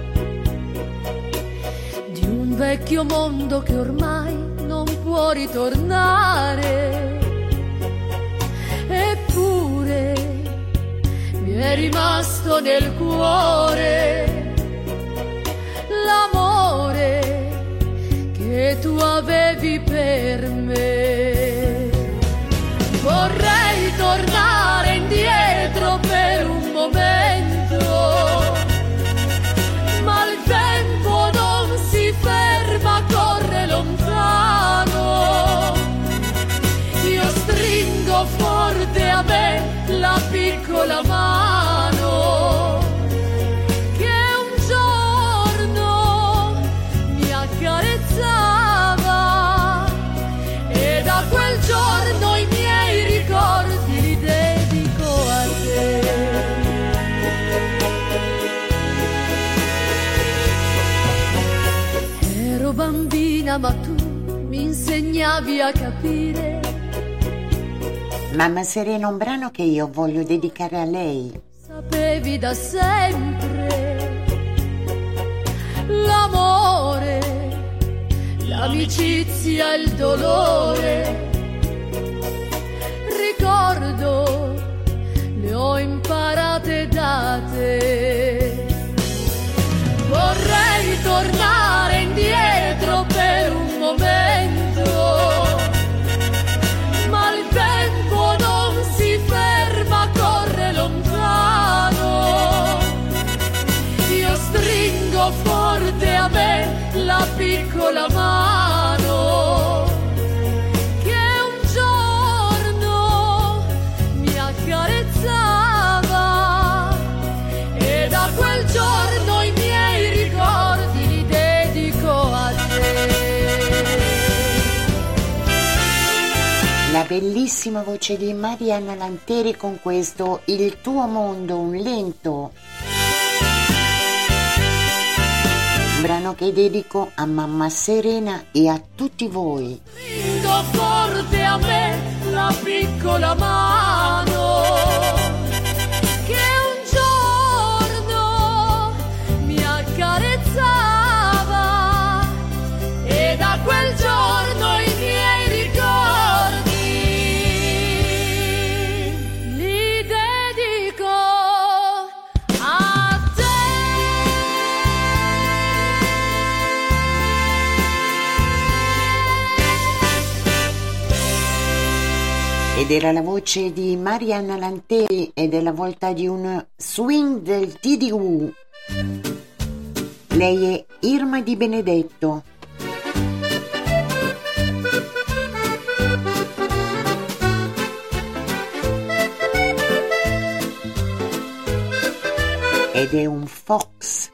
di un vecchio mondo che ormai non può ritornare. Eppure mi è rimasto nel cuore l'amore che tu avevi per me. Vorrei tornare indietro per un momento, ma il tempo non si ferma, corre lontano. Io stringo forte a me la piccola mano bambina, ma tu mi insegnavi a capire. Mamma Serena, un brano che io voglio dedicare a lei. Sapevi da sempre l'amore, l'amicizia, il dolore. Ricordo, le ho imparate da te. Vorrei tornare indietro per un momento, ma il tempo non si ferma, corre lontano. Io stringo forte a me la piccola mano che un giorno mi accarezzava, e da quel giorno i miei ricordi li dedico a te. La bellissima voce di Marianna Lanteri con questo Il tuo mondo, un lento. Un brano che dedico a mamma Serena e a tutti voi. Stringo forte a me la piccola mano che un giorno mi accarezzava, e da quel giorno i miei ricordi li dedico a te. Ed era la voce di Marianna Lanteri ed è la volta di un swing del T D U. Lei è Irma Di Benedetto. Ed è un fox.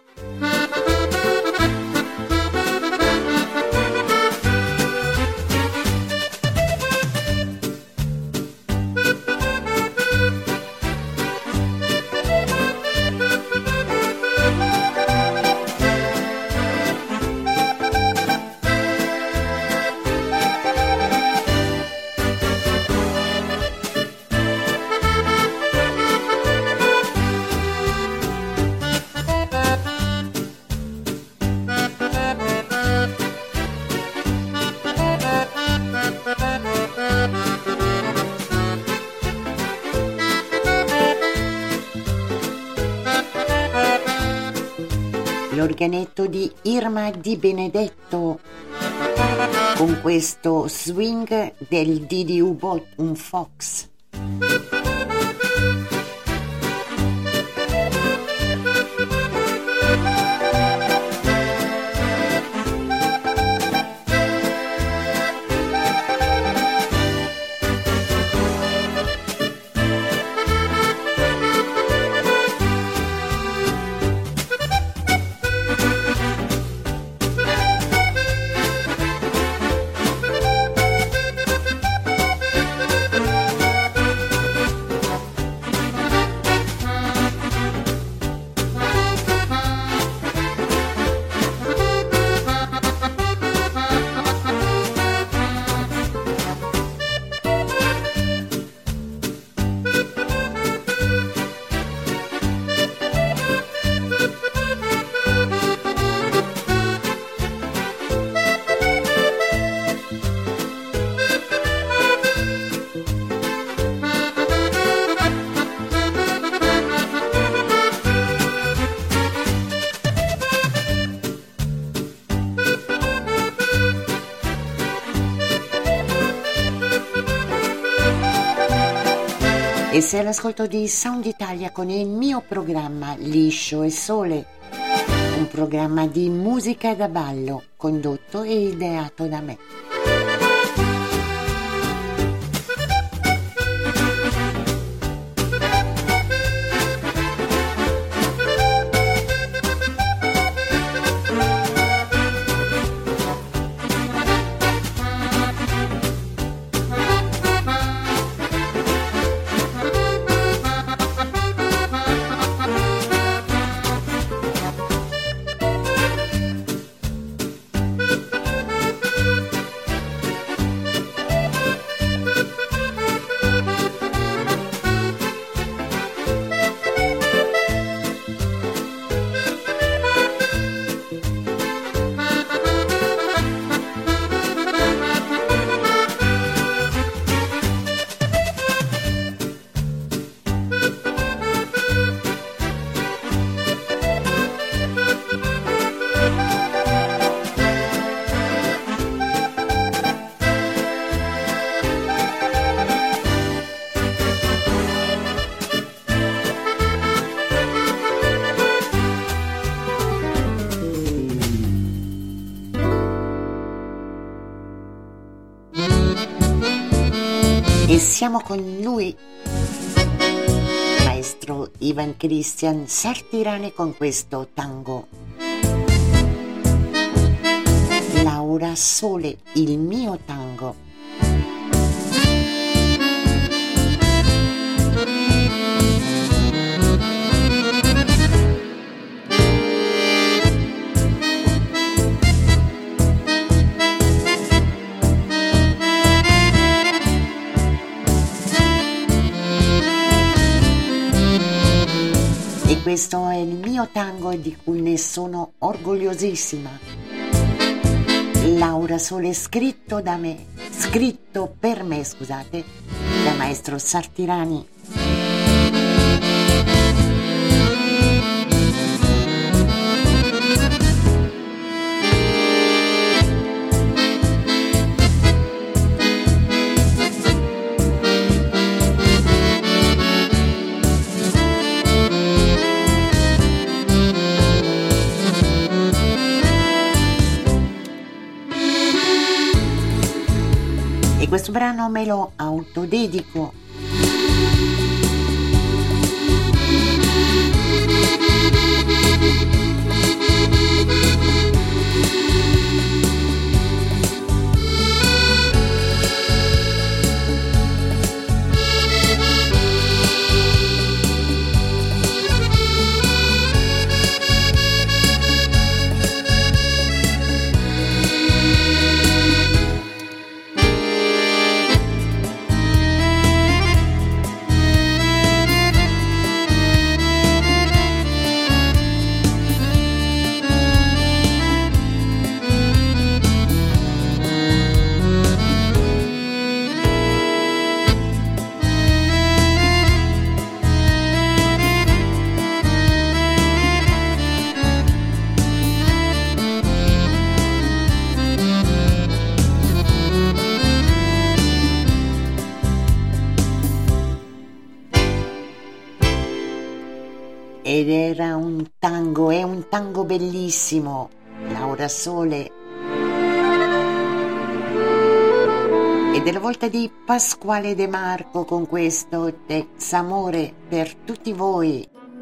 L'organetto di Irma Di Benedetto con questo swing del D D U Bot, un fox. E sei all'ascolto di Sound Italia con il mio programma Liscio e Sole, un programma di musica da ballo condotto e ideato da me. siamo con lui, maestro Ivan Christian Sartirani, con questo tango Laura Sole, il mio tango. E questo è il mio tango di cui ne sono orgogliosissima. Laura Sole, scritto da me, scritto per me, scusate, da maestro Sartirani. Questo brano me lo autodedico. Ed era un tango, è un tango bellissimo, Laura Sole. Ed è la volta di Pasquale De Marco con questo Tex Amore per tutti voi.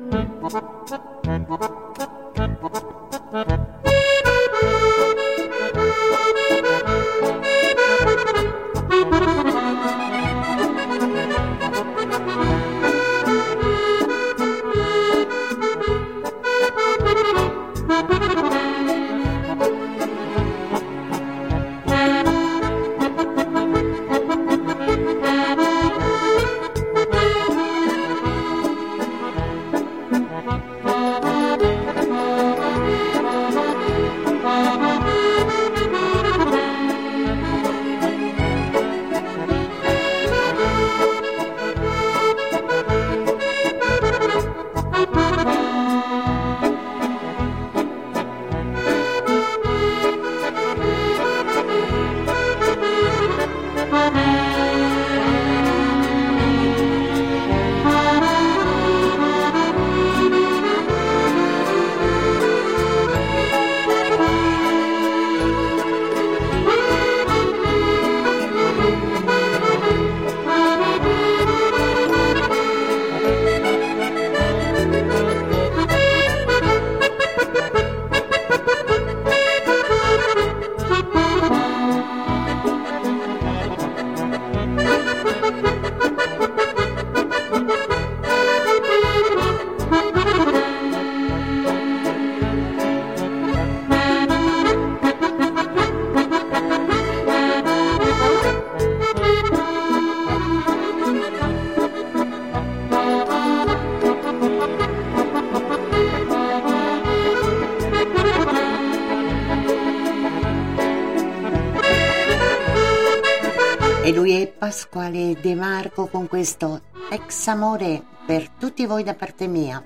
E lui è Pasquale De Marco con questo Tex Amore per tutti voi da parte mia.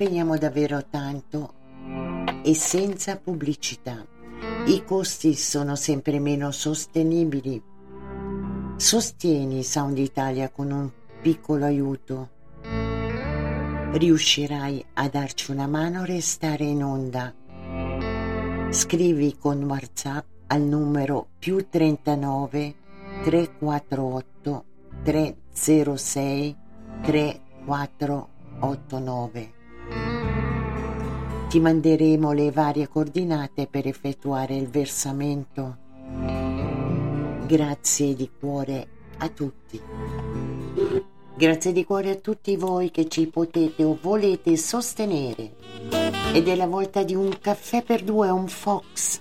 impegniamo davvero tanto e senza pubblicità. I costi sono sempre meno sostenibili. Sostieni Sound Italia con un piccolo aiuto. Riuscirai a darci una mano a restare in onda. Scrivi con WhatsApp al numero più trentanove trecentoquarantotto trecentosei trentaquattrocentottantanove. Ti manderemo le varie coordinate per effettuare il versamento. Grazie di cuore a tutti. Grazie di cuore a tutti voi che ci potete o volete sostenere. Ed è la volta di un caffè per due, un Fox.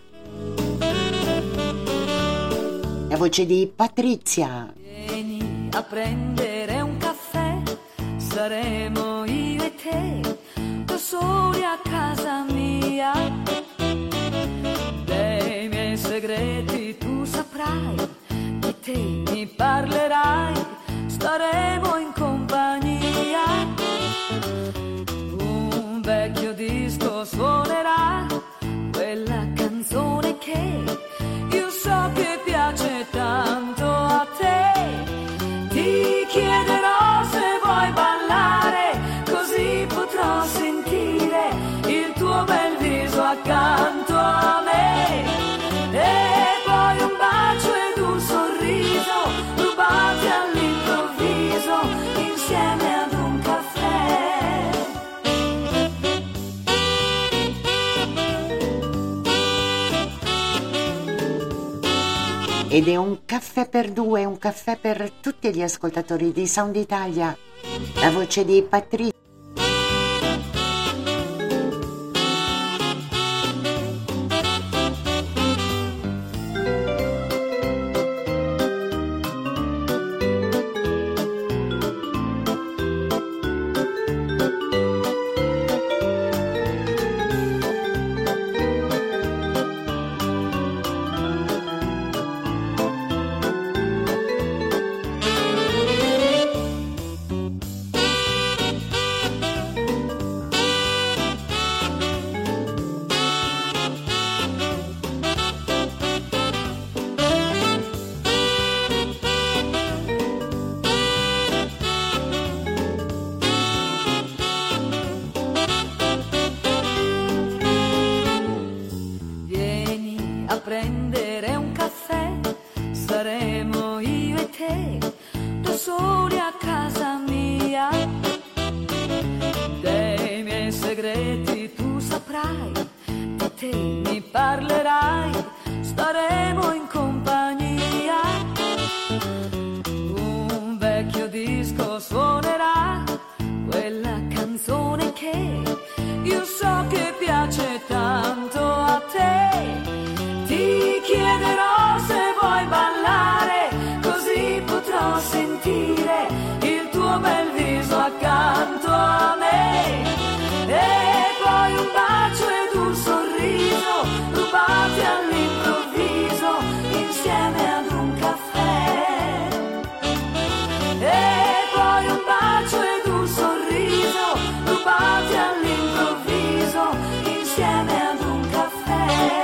La voce di Patrizia. Vieni a prendere un caffè, saremo io e te, da soli a casa mia. Dei miei segreti tu saprai, di te mi parlerai, staremo in compagnia. Un vecchio disco suonerà, quella canzone che io so che piace tanto a te. Ti chiederò se vuoi ballare, così potrò sentire il tuo bel viso accanto a me. E poi un bacio ed un sorriso, rubati all'improvviso, insieme ad un caffè. Ed è un caffè per due, un caffè per tutti gli ascoltatori di Sound Italia. La voce di Patrizia. Prendere un caffè, saremo io e te, da soli a casa mia. Dei miei segreti tu saprai, di te mi parlerai, staremo in compagnia. Un vecchio disco suonerà, quella canzone che io so che piace tanto a te. Ti chiederò se vuoi ballare, così potrò sentire il tuo bel viso accanto a me. E poi un bacio ed un sorriso, rubati all'improvviso, insieme ad un caffè. E poi un bacio ed un sorriso, rubati all'improvviso, insieme ad un caffè.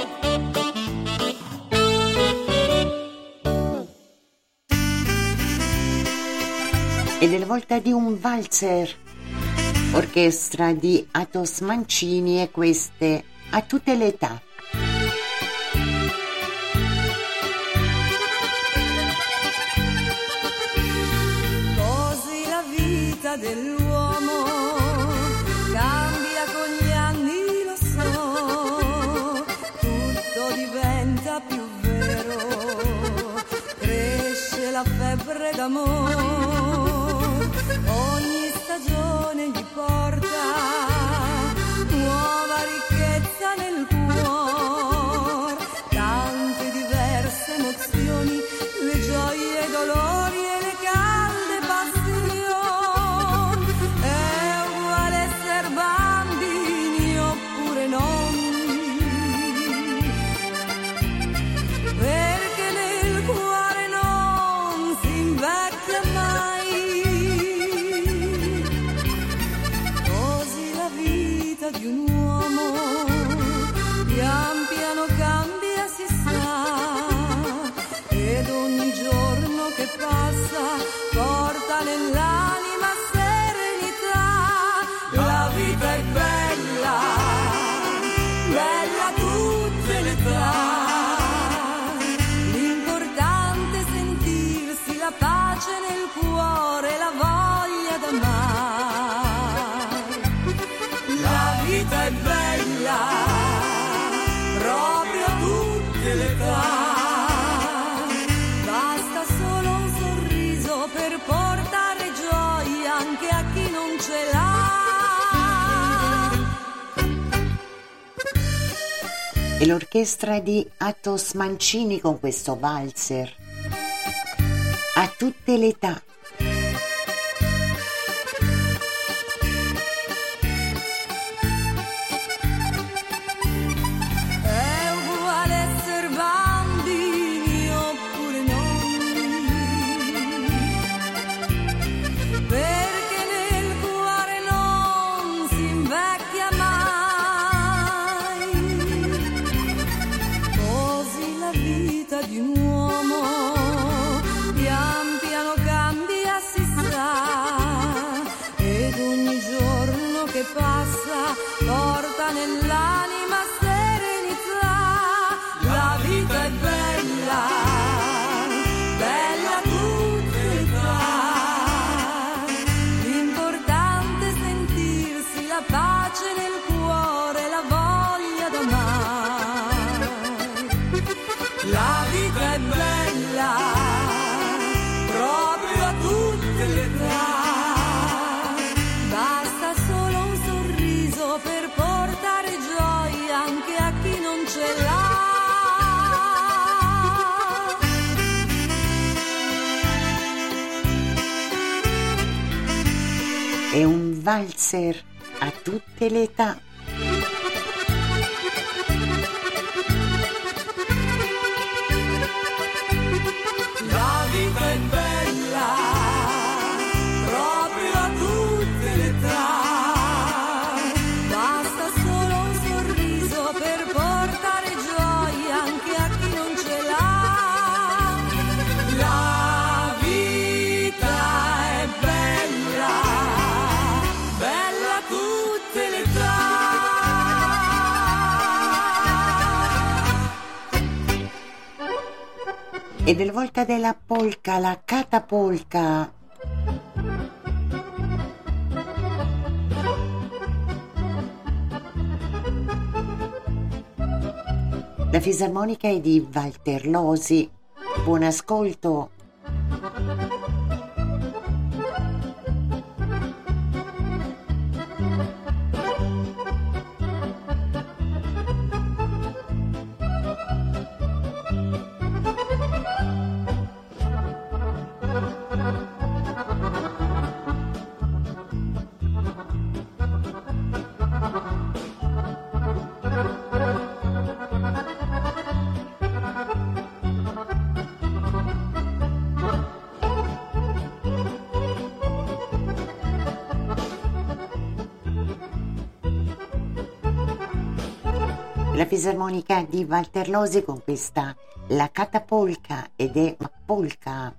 Ed è la volta di un valzer, orchestra di Atos Mancini, e queste a tutte le età. Così la vita dell'uomo cambia con gli anni, lo so, tutto diventa più vero, cresce la febbre d'amore. Ogni stagione gli porta nuova ricchezza nel cuore, tante diverse emozioni, le gioie e dolori e le calde passioni. È uguale essere bambini oppure nonni, perché nel cuore non si invecchia mai. Così passa, porta nell'anima serenità. La vita è bella, bella a tutte le età. L'importante è sentirsi la pace nel cuore, la voglia d'amare. La vita è bella, proprio a tutte le età. Basta solo un sorriso per portare gioia anche a chi non ce l'ha. E l'orchestra di Athos Mancini con questo valzer a tutte le età. È uguale essere bambini oppure nonni, perché nel cuore non si invecchia mai. Così la vita di un uomo pian piano cambia, si sa, ed ogni giorno che passa porta nell'anima serenità. La vita è bella, bella a tutte le età. L'importante è sentirsi la pace nel cuore, la voglia d'amare. La vita è bella, proprio a tutte le età. Basta solo un sorriso per portare gioia anche a chi non ce l'ha. È un valzer a tutte le età. La vita è bella, proprio a tutte le età. Basta solo un sorriso per portare gioia anche a chi non ce l'ha. La vita è bella, bella a tutte le età. E del volta della polca, la catapolca. La fisarmonica è di Walter Losi. Buon ascolto. La fisarmonica di Walter Losi con questa la catapolca ed è polca.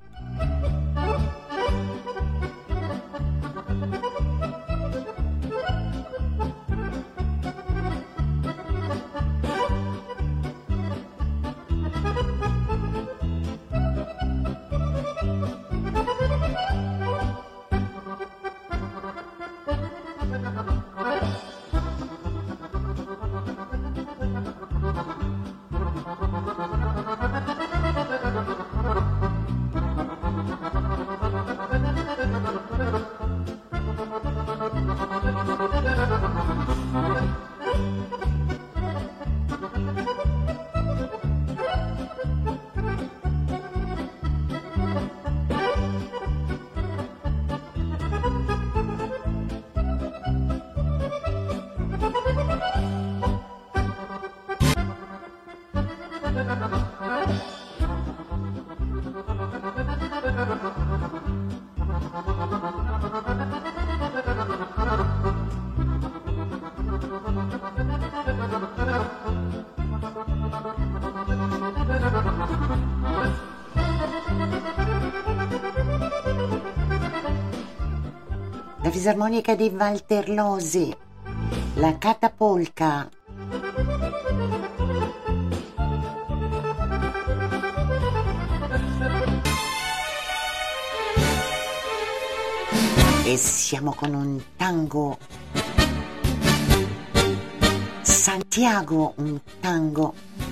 fisarmonica di Walter Losi, la Catapolca. E siamo con un tango, Santiago, un tango.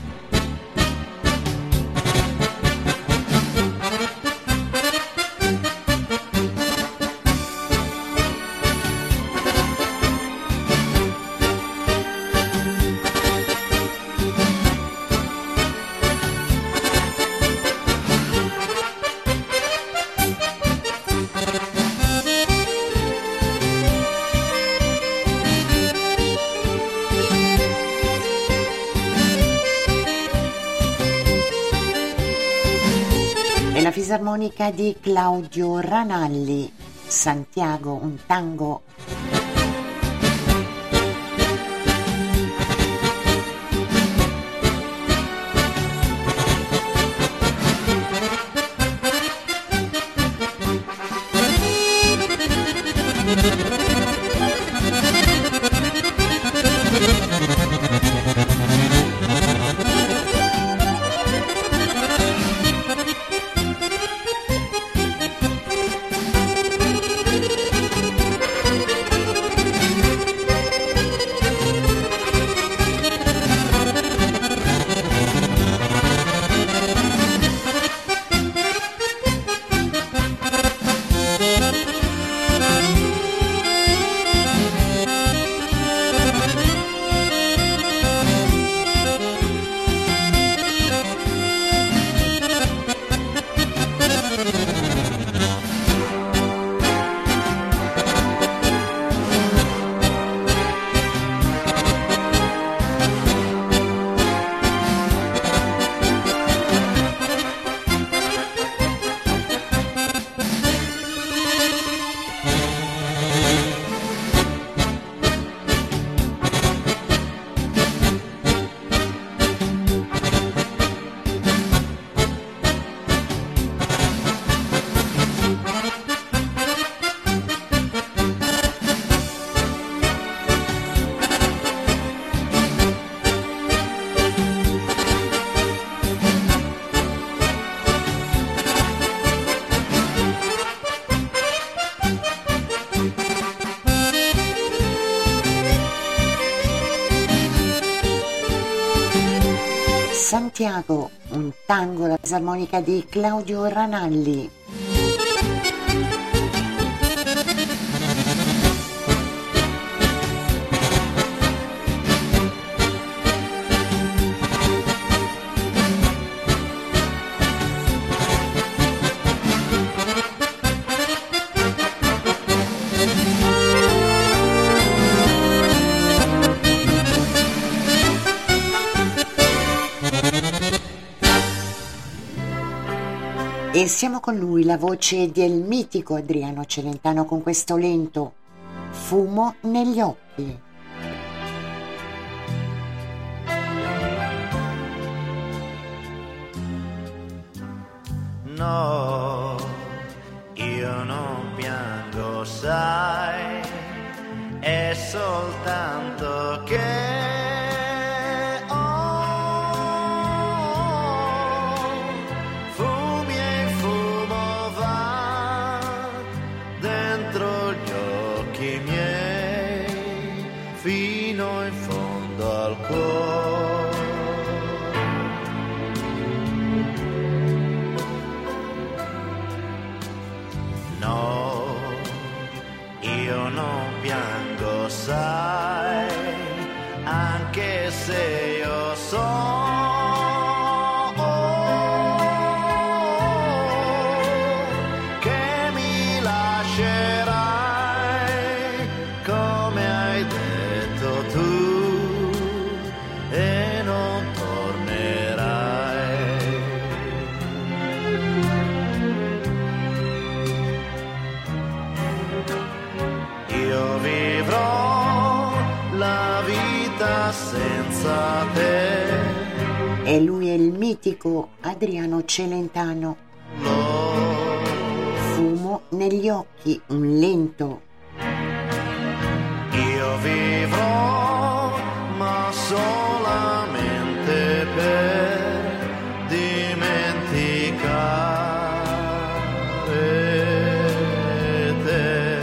La fisarmonica di Claudio Ranalli, Santiago, un tango. Santiago, un tango, la fisarmonica di Claudio Ranalli. E siamo con lui, la voce del mitico Adriano Celentano, con questo lento, Fumo negli occhi. No, io non piango, sai, è soltanto che sai, anche se io so che mi lascerai, come hai detto tu, e non tornerai. Io vivrò la vita senza te. E lui è il mitico Adriano Celentano. No. Fumo negli occhi, un lento. solamente per dimenticare te.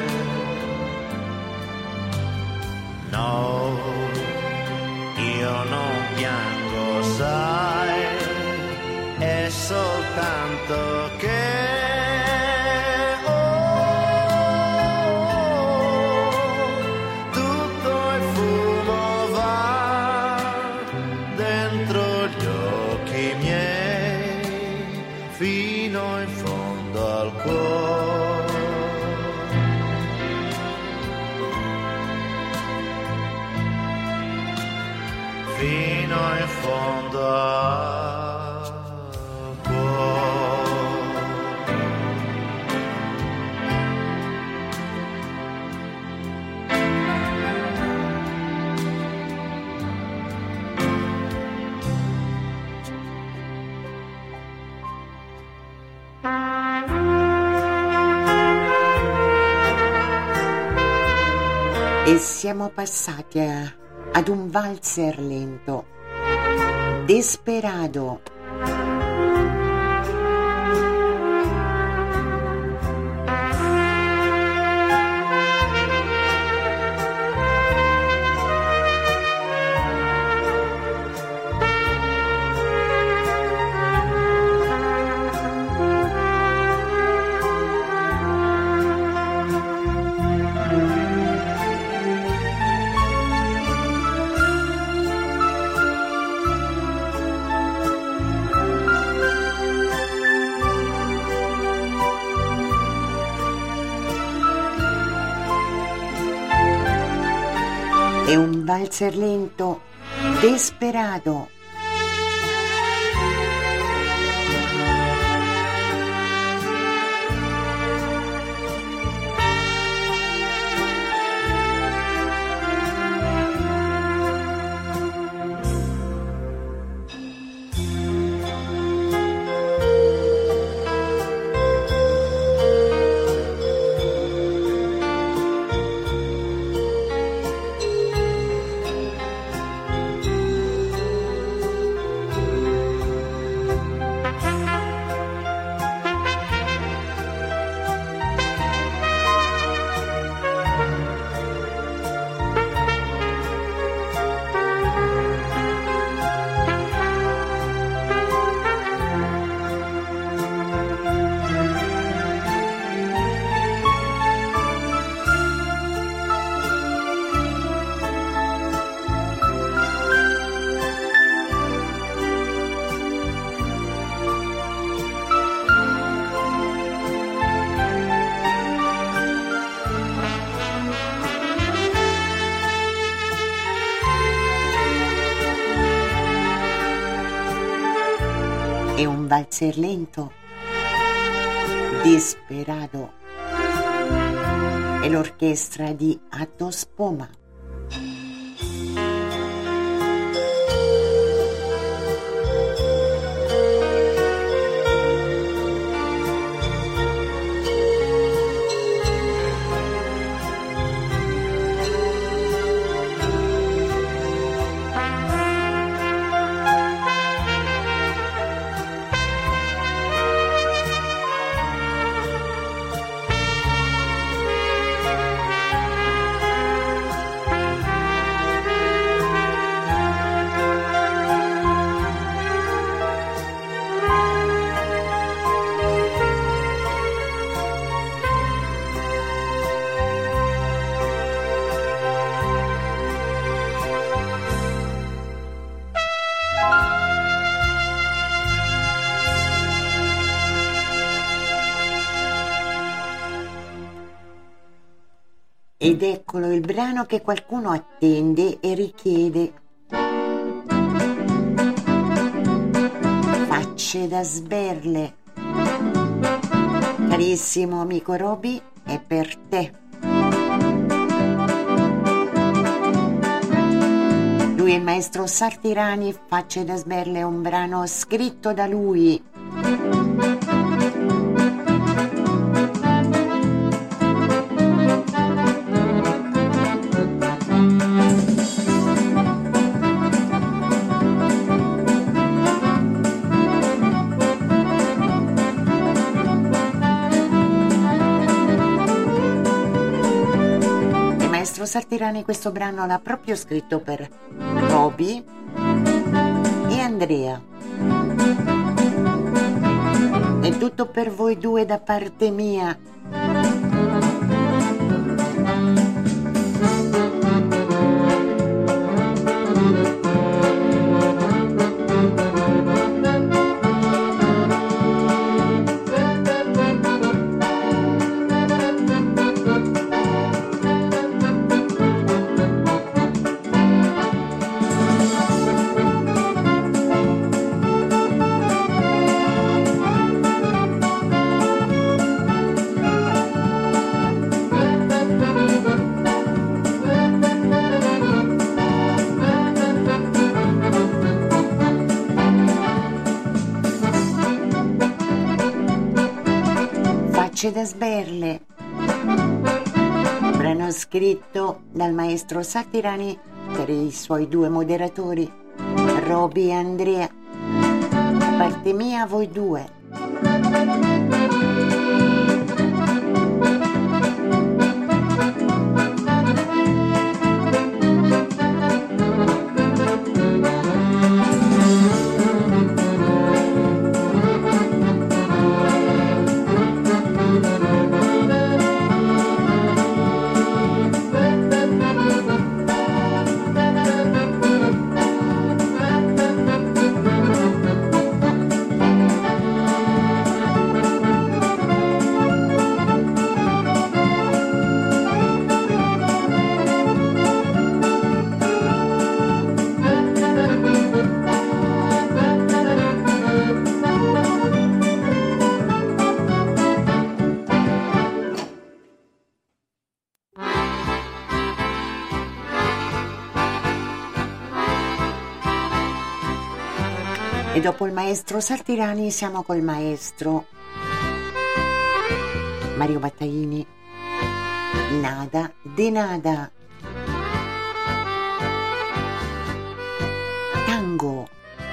No, io non piango, sai, è soltanto che fino in fondo al cuore. E siamo passati a ad un valzer lento, Desperado. È un valzer lento, Desperado. È un valzer lento, Desperado. È l'orchestra di Atos Poma. Ed eccolo il brano che qualcuno attende e richiede. Facce da sberle. Carissimo amico Roby, è per te. Lui è il maestro Sartirani. Facce da sberle è un brano scritto da lui. Saltirani questo brano l'ha proprio scritto per Roby e Andrea. È tutto per voi due da parte mia. Da sberle, brano scritto dal maestro Saltirani per i suoi due moderatori Roby e Andrea, da parte mia voi due. E dopo il maestro Saltirani siamo col maestro Mario Battaini, Nada de Nada, tango.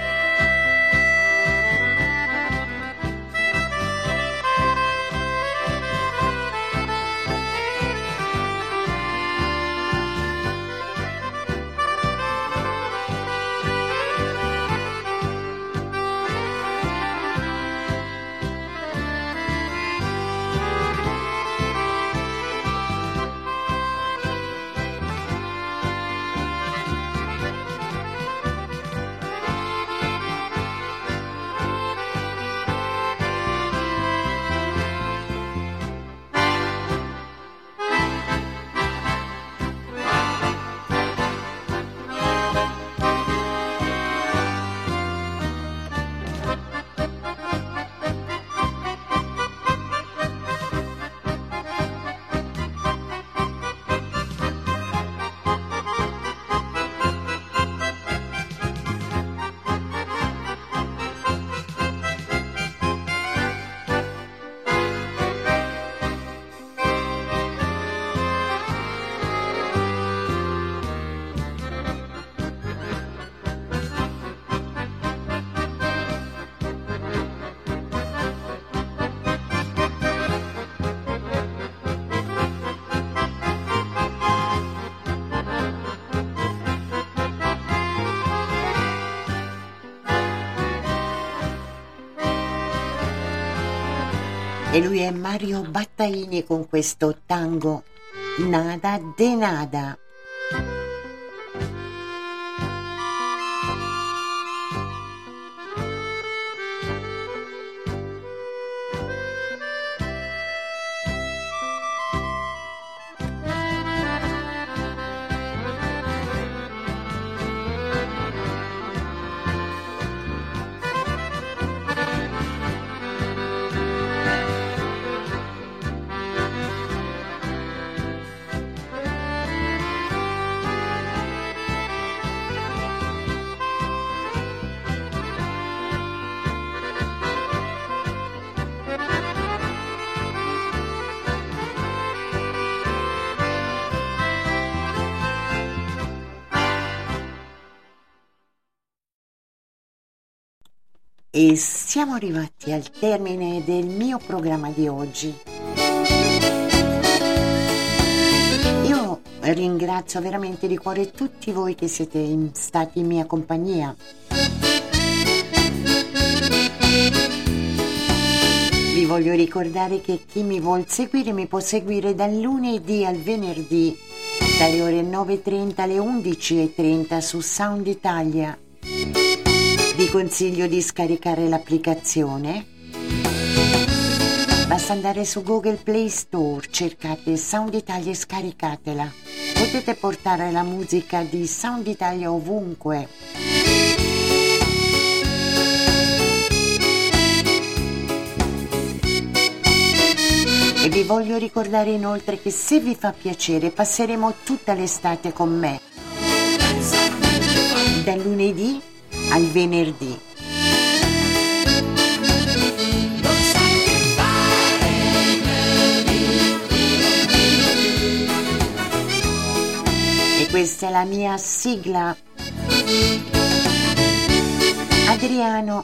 E lui è Mario Battaini con questo tango Nada de Nada. E siamo arrivati al termine del mio programma di oggi. Io ringrazio veramente di cuore tutti voi che siete in, stati in mia compagnia. Vi voglio ricordare che chi mi vuol seguire mi può seguire dal lunedì al venerdì dalle ore nove e trenta alle undici e trenta su Sound Italia. Vi consiglio di scaricare l'applicazione. Basta andare su Google Play Store, cercate Sound Italia e scaricatela. Potete portare la musica di Sound Italia ovunque. E vi voglio ricordare inoltre che se vi fa piacere passeremo tutta l'estate con me, dal lunedì al venerdì. E questa è la mia sigla. Adriano,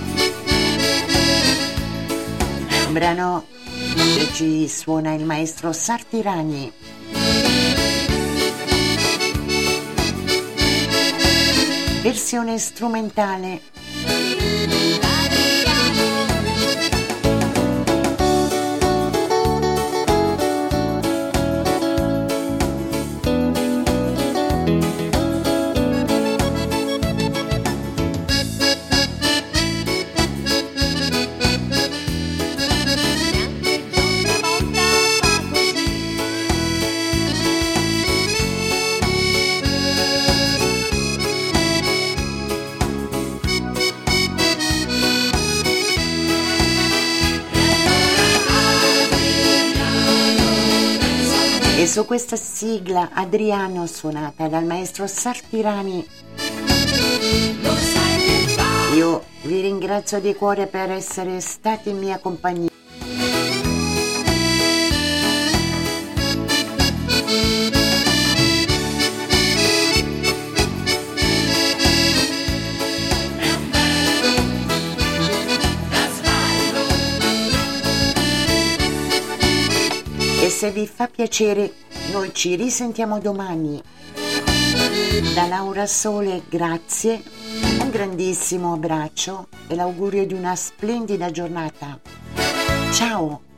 un brano che ci suona il maestro Sartirani. Versione strumentale. E su questa sigla Adriano suonata dal maestro Sartirani io vi ringrazio di cuore per essere stati in mia compagnia. E se vi fa piacere, noi ci risentiamo domani. Da Laura Sole, grazie, un grandissimo abbraccio e l'augurio di una splendida giornata. Ciao!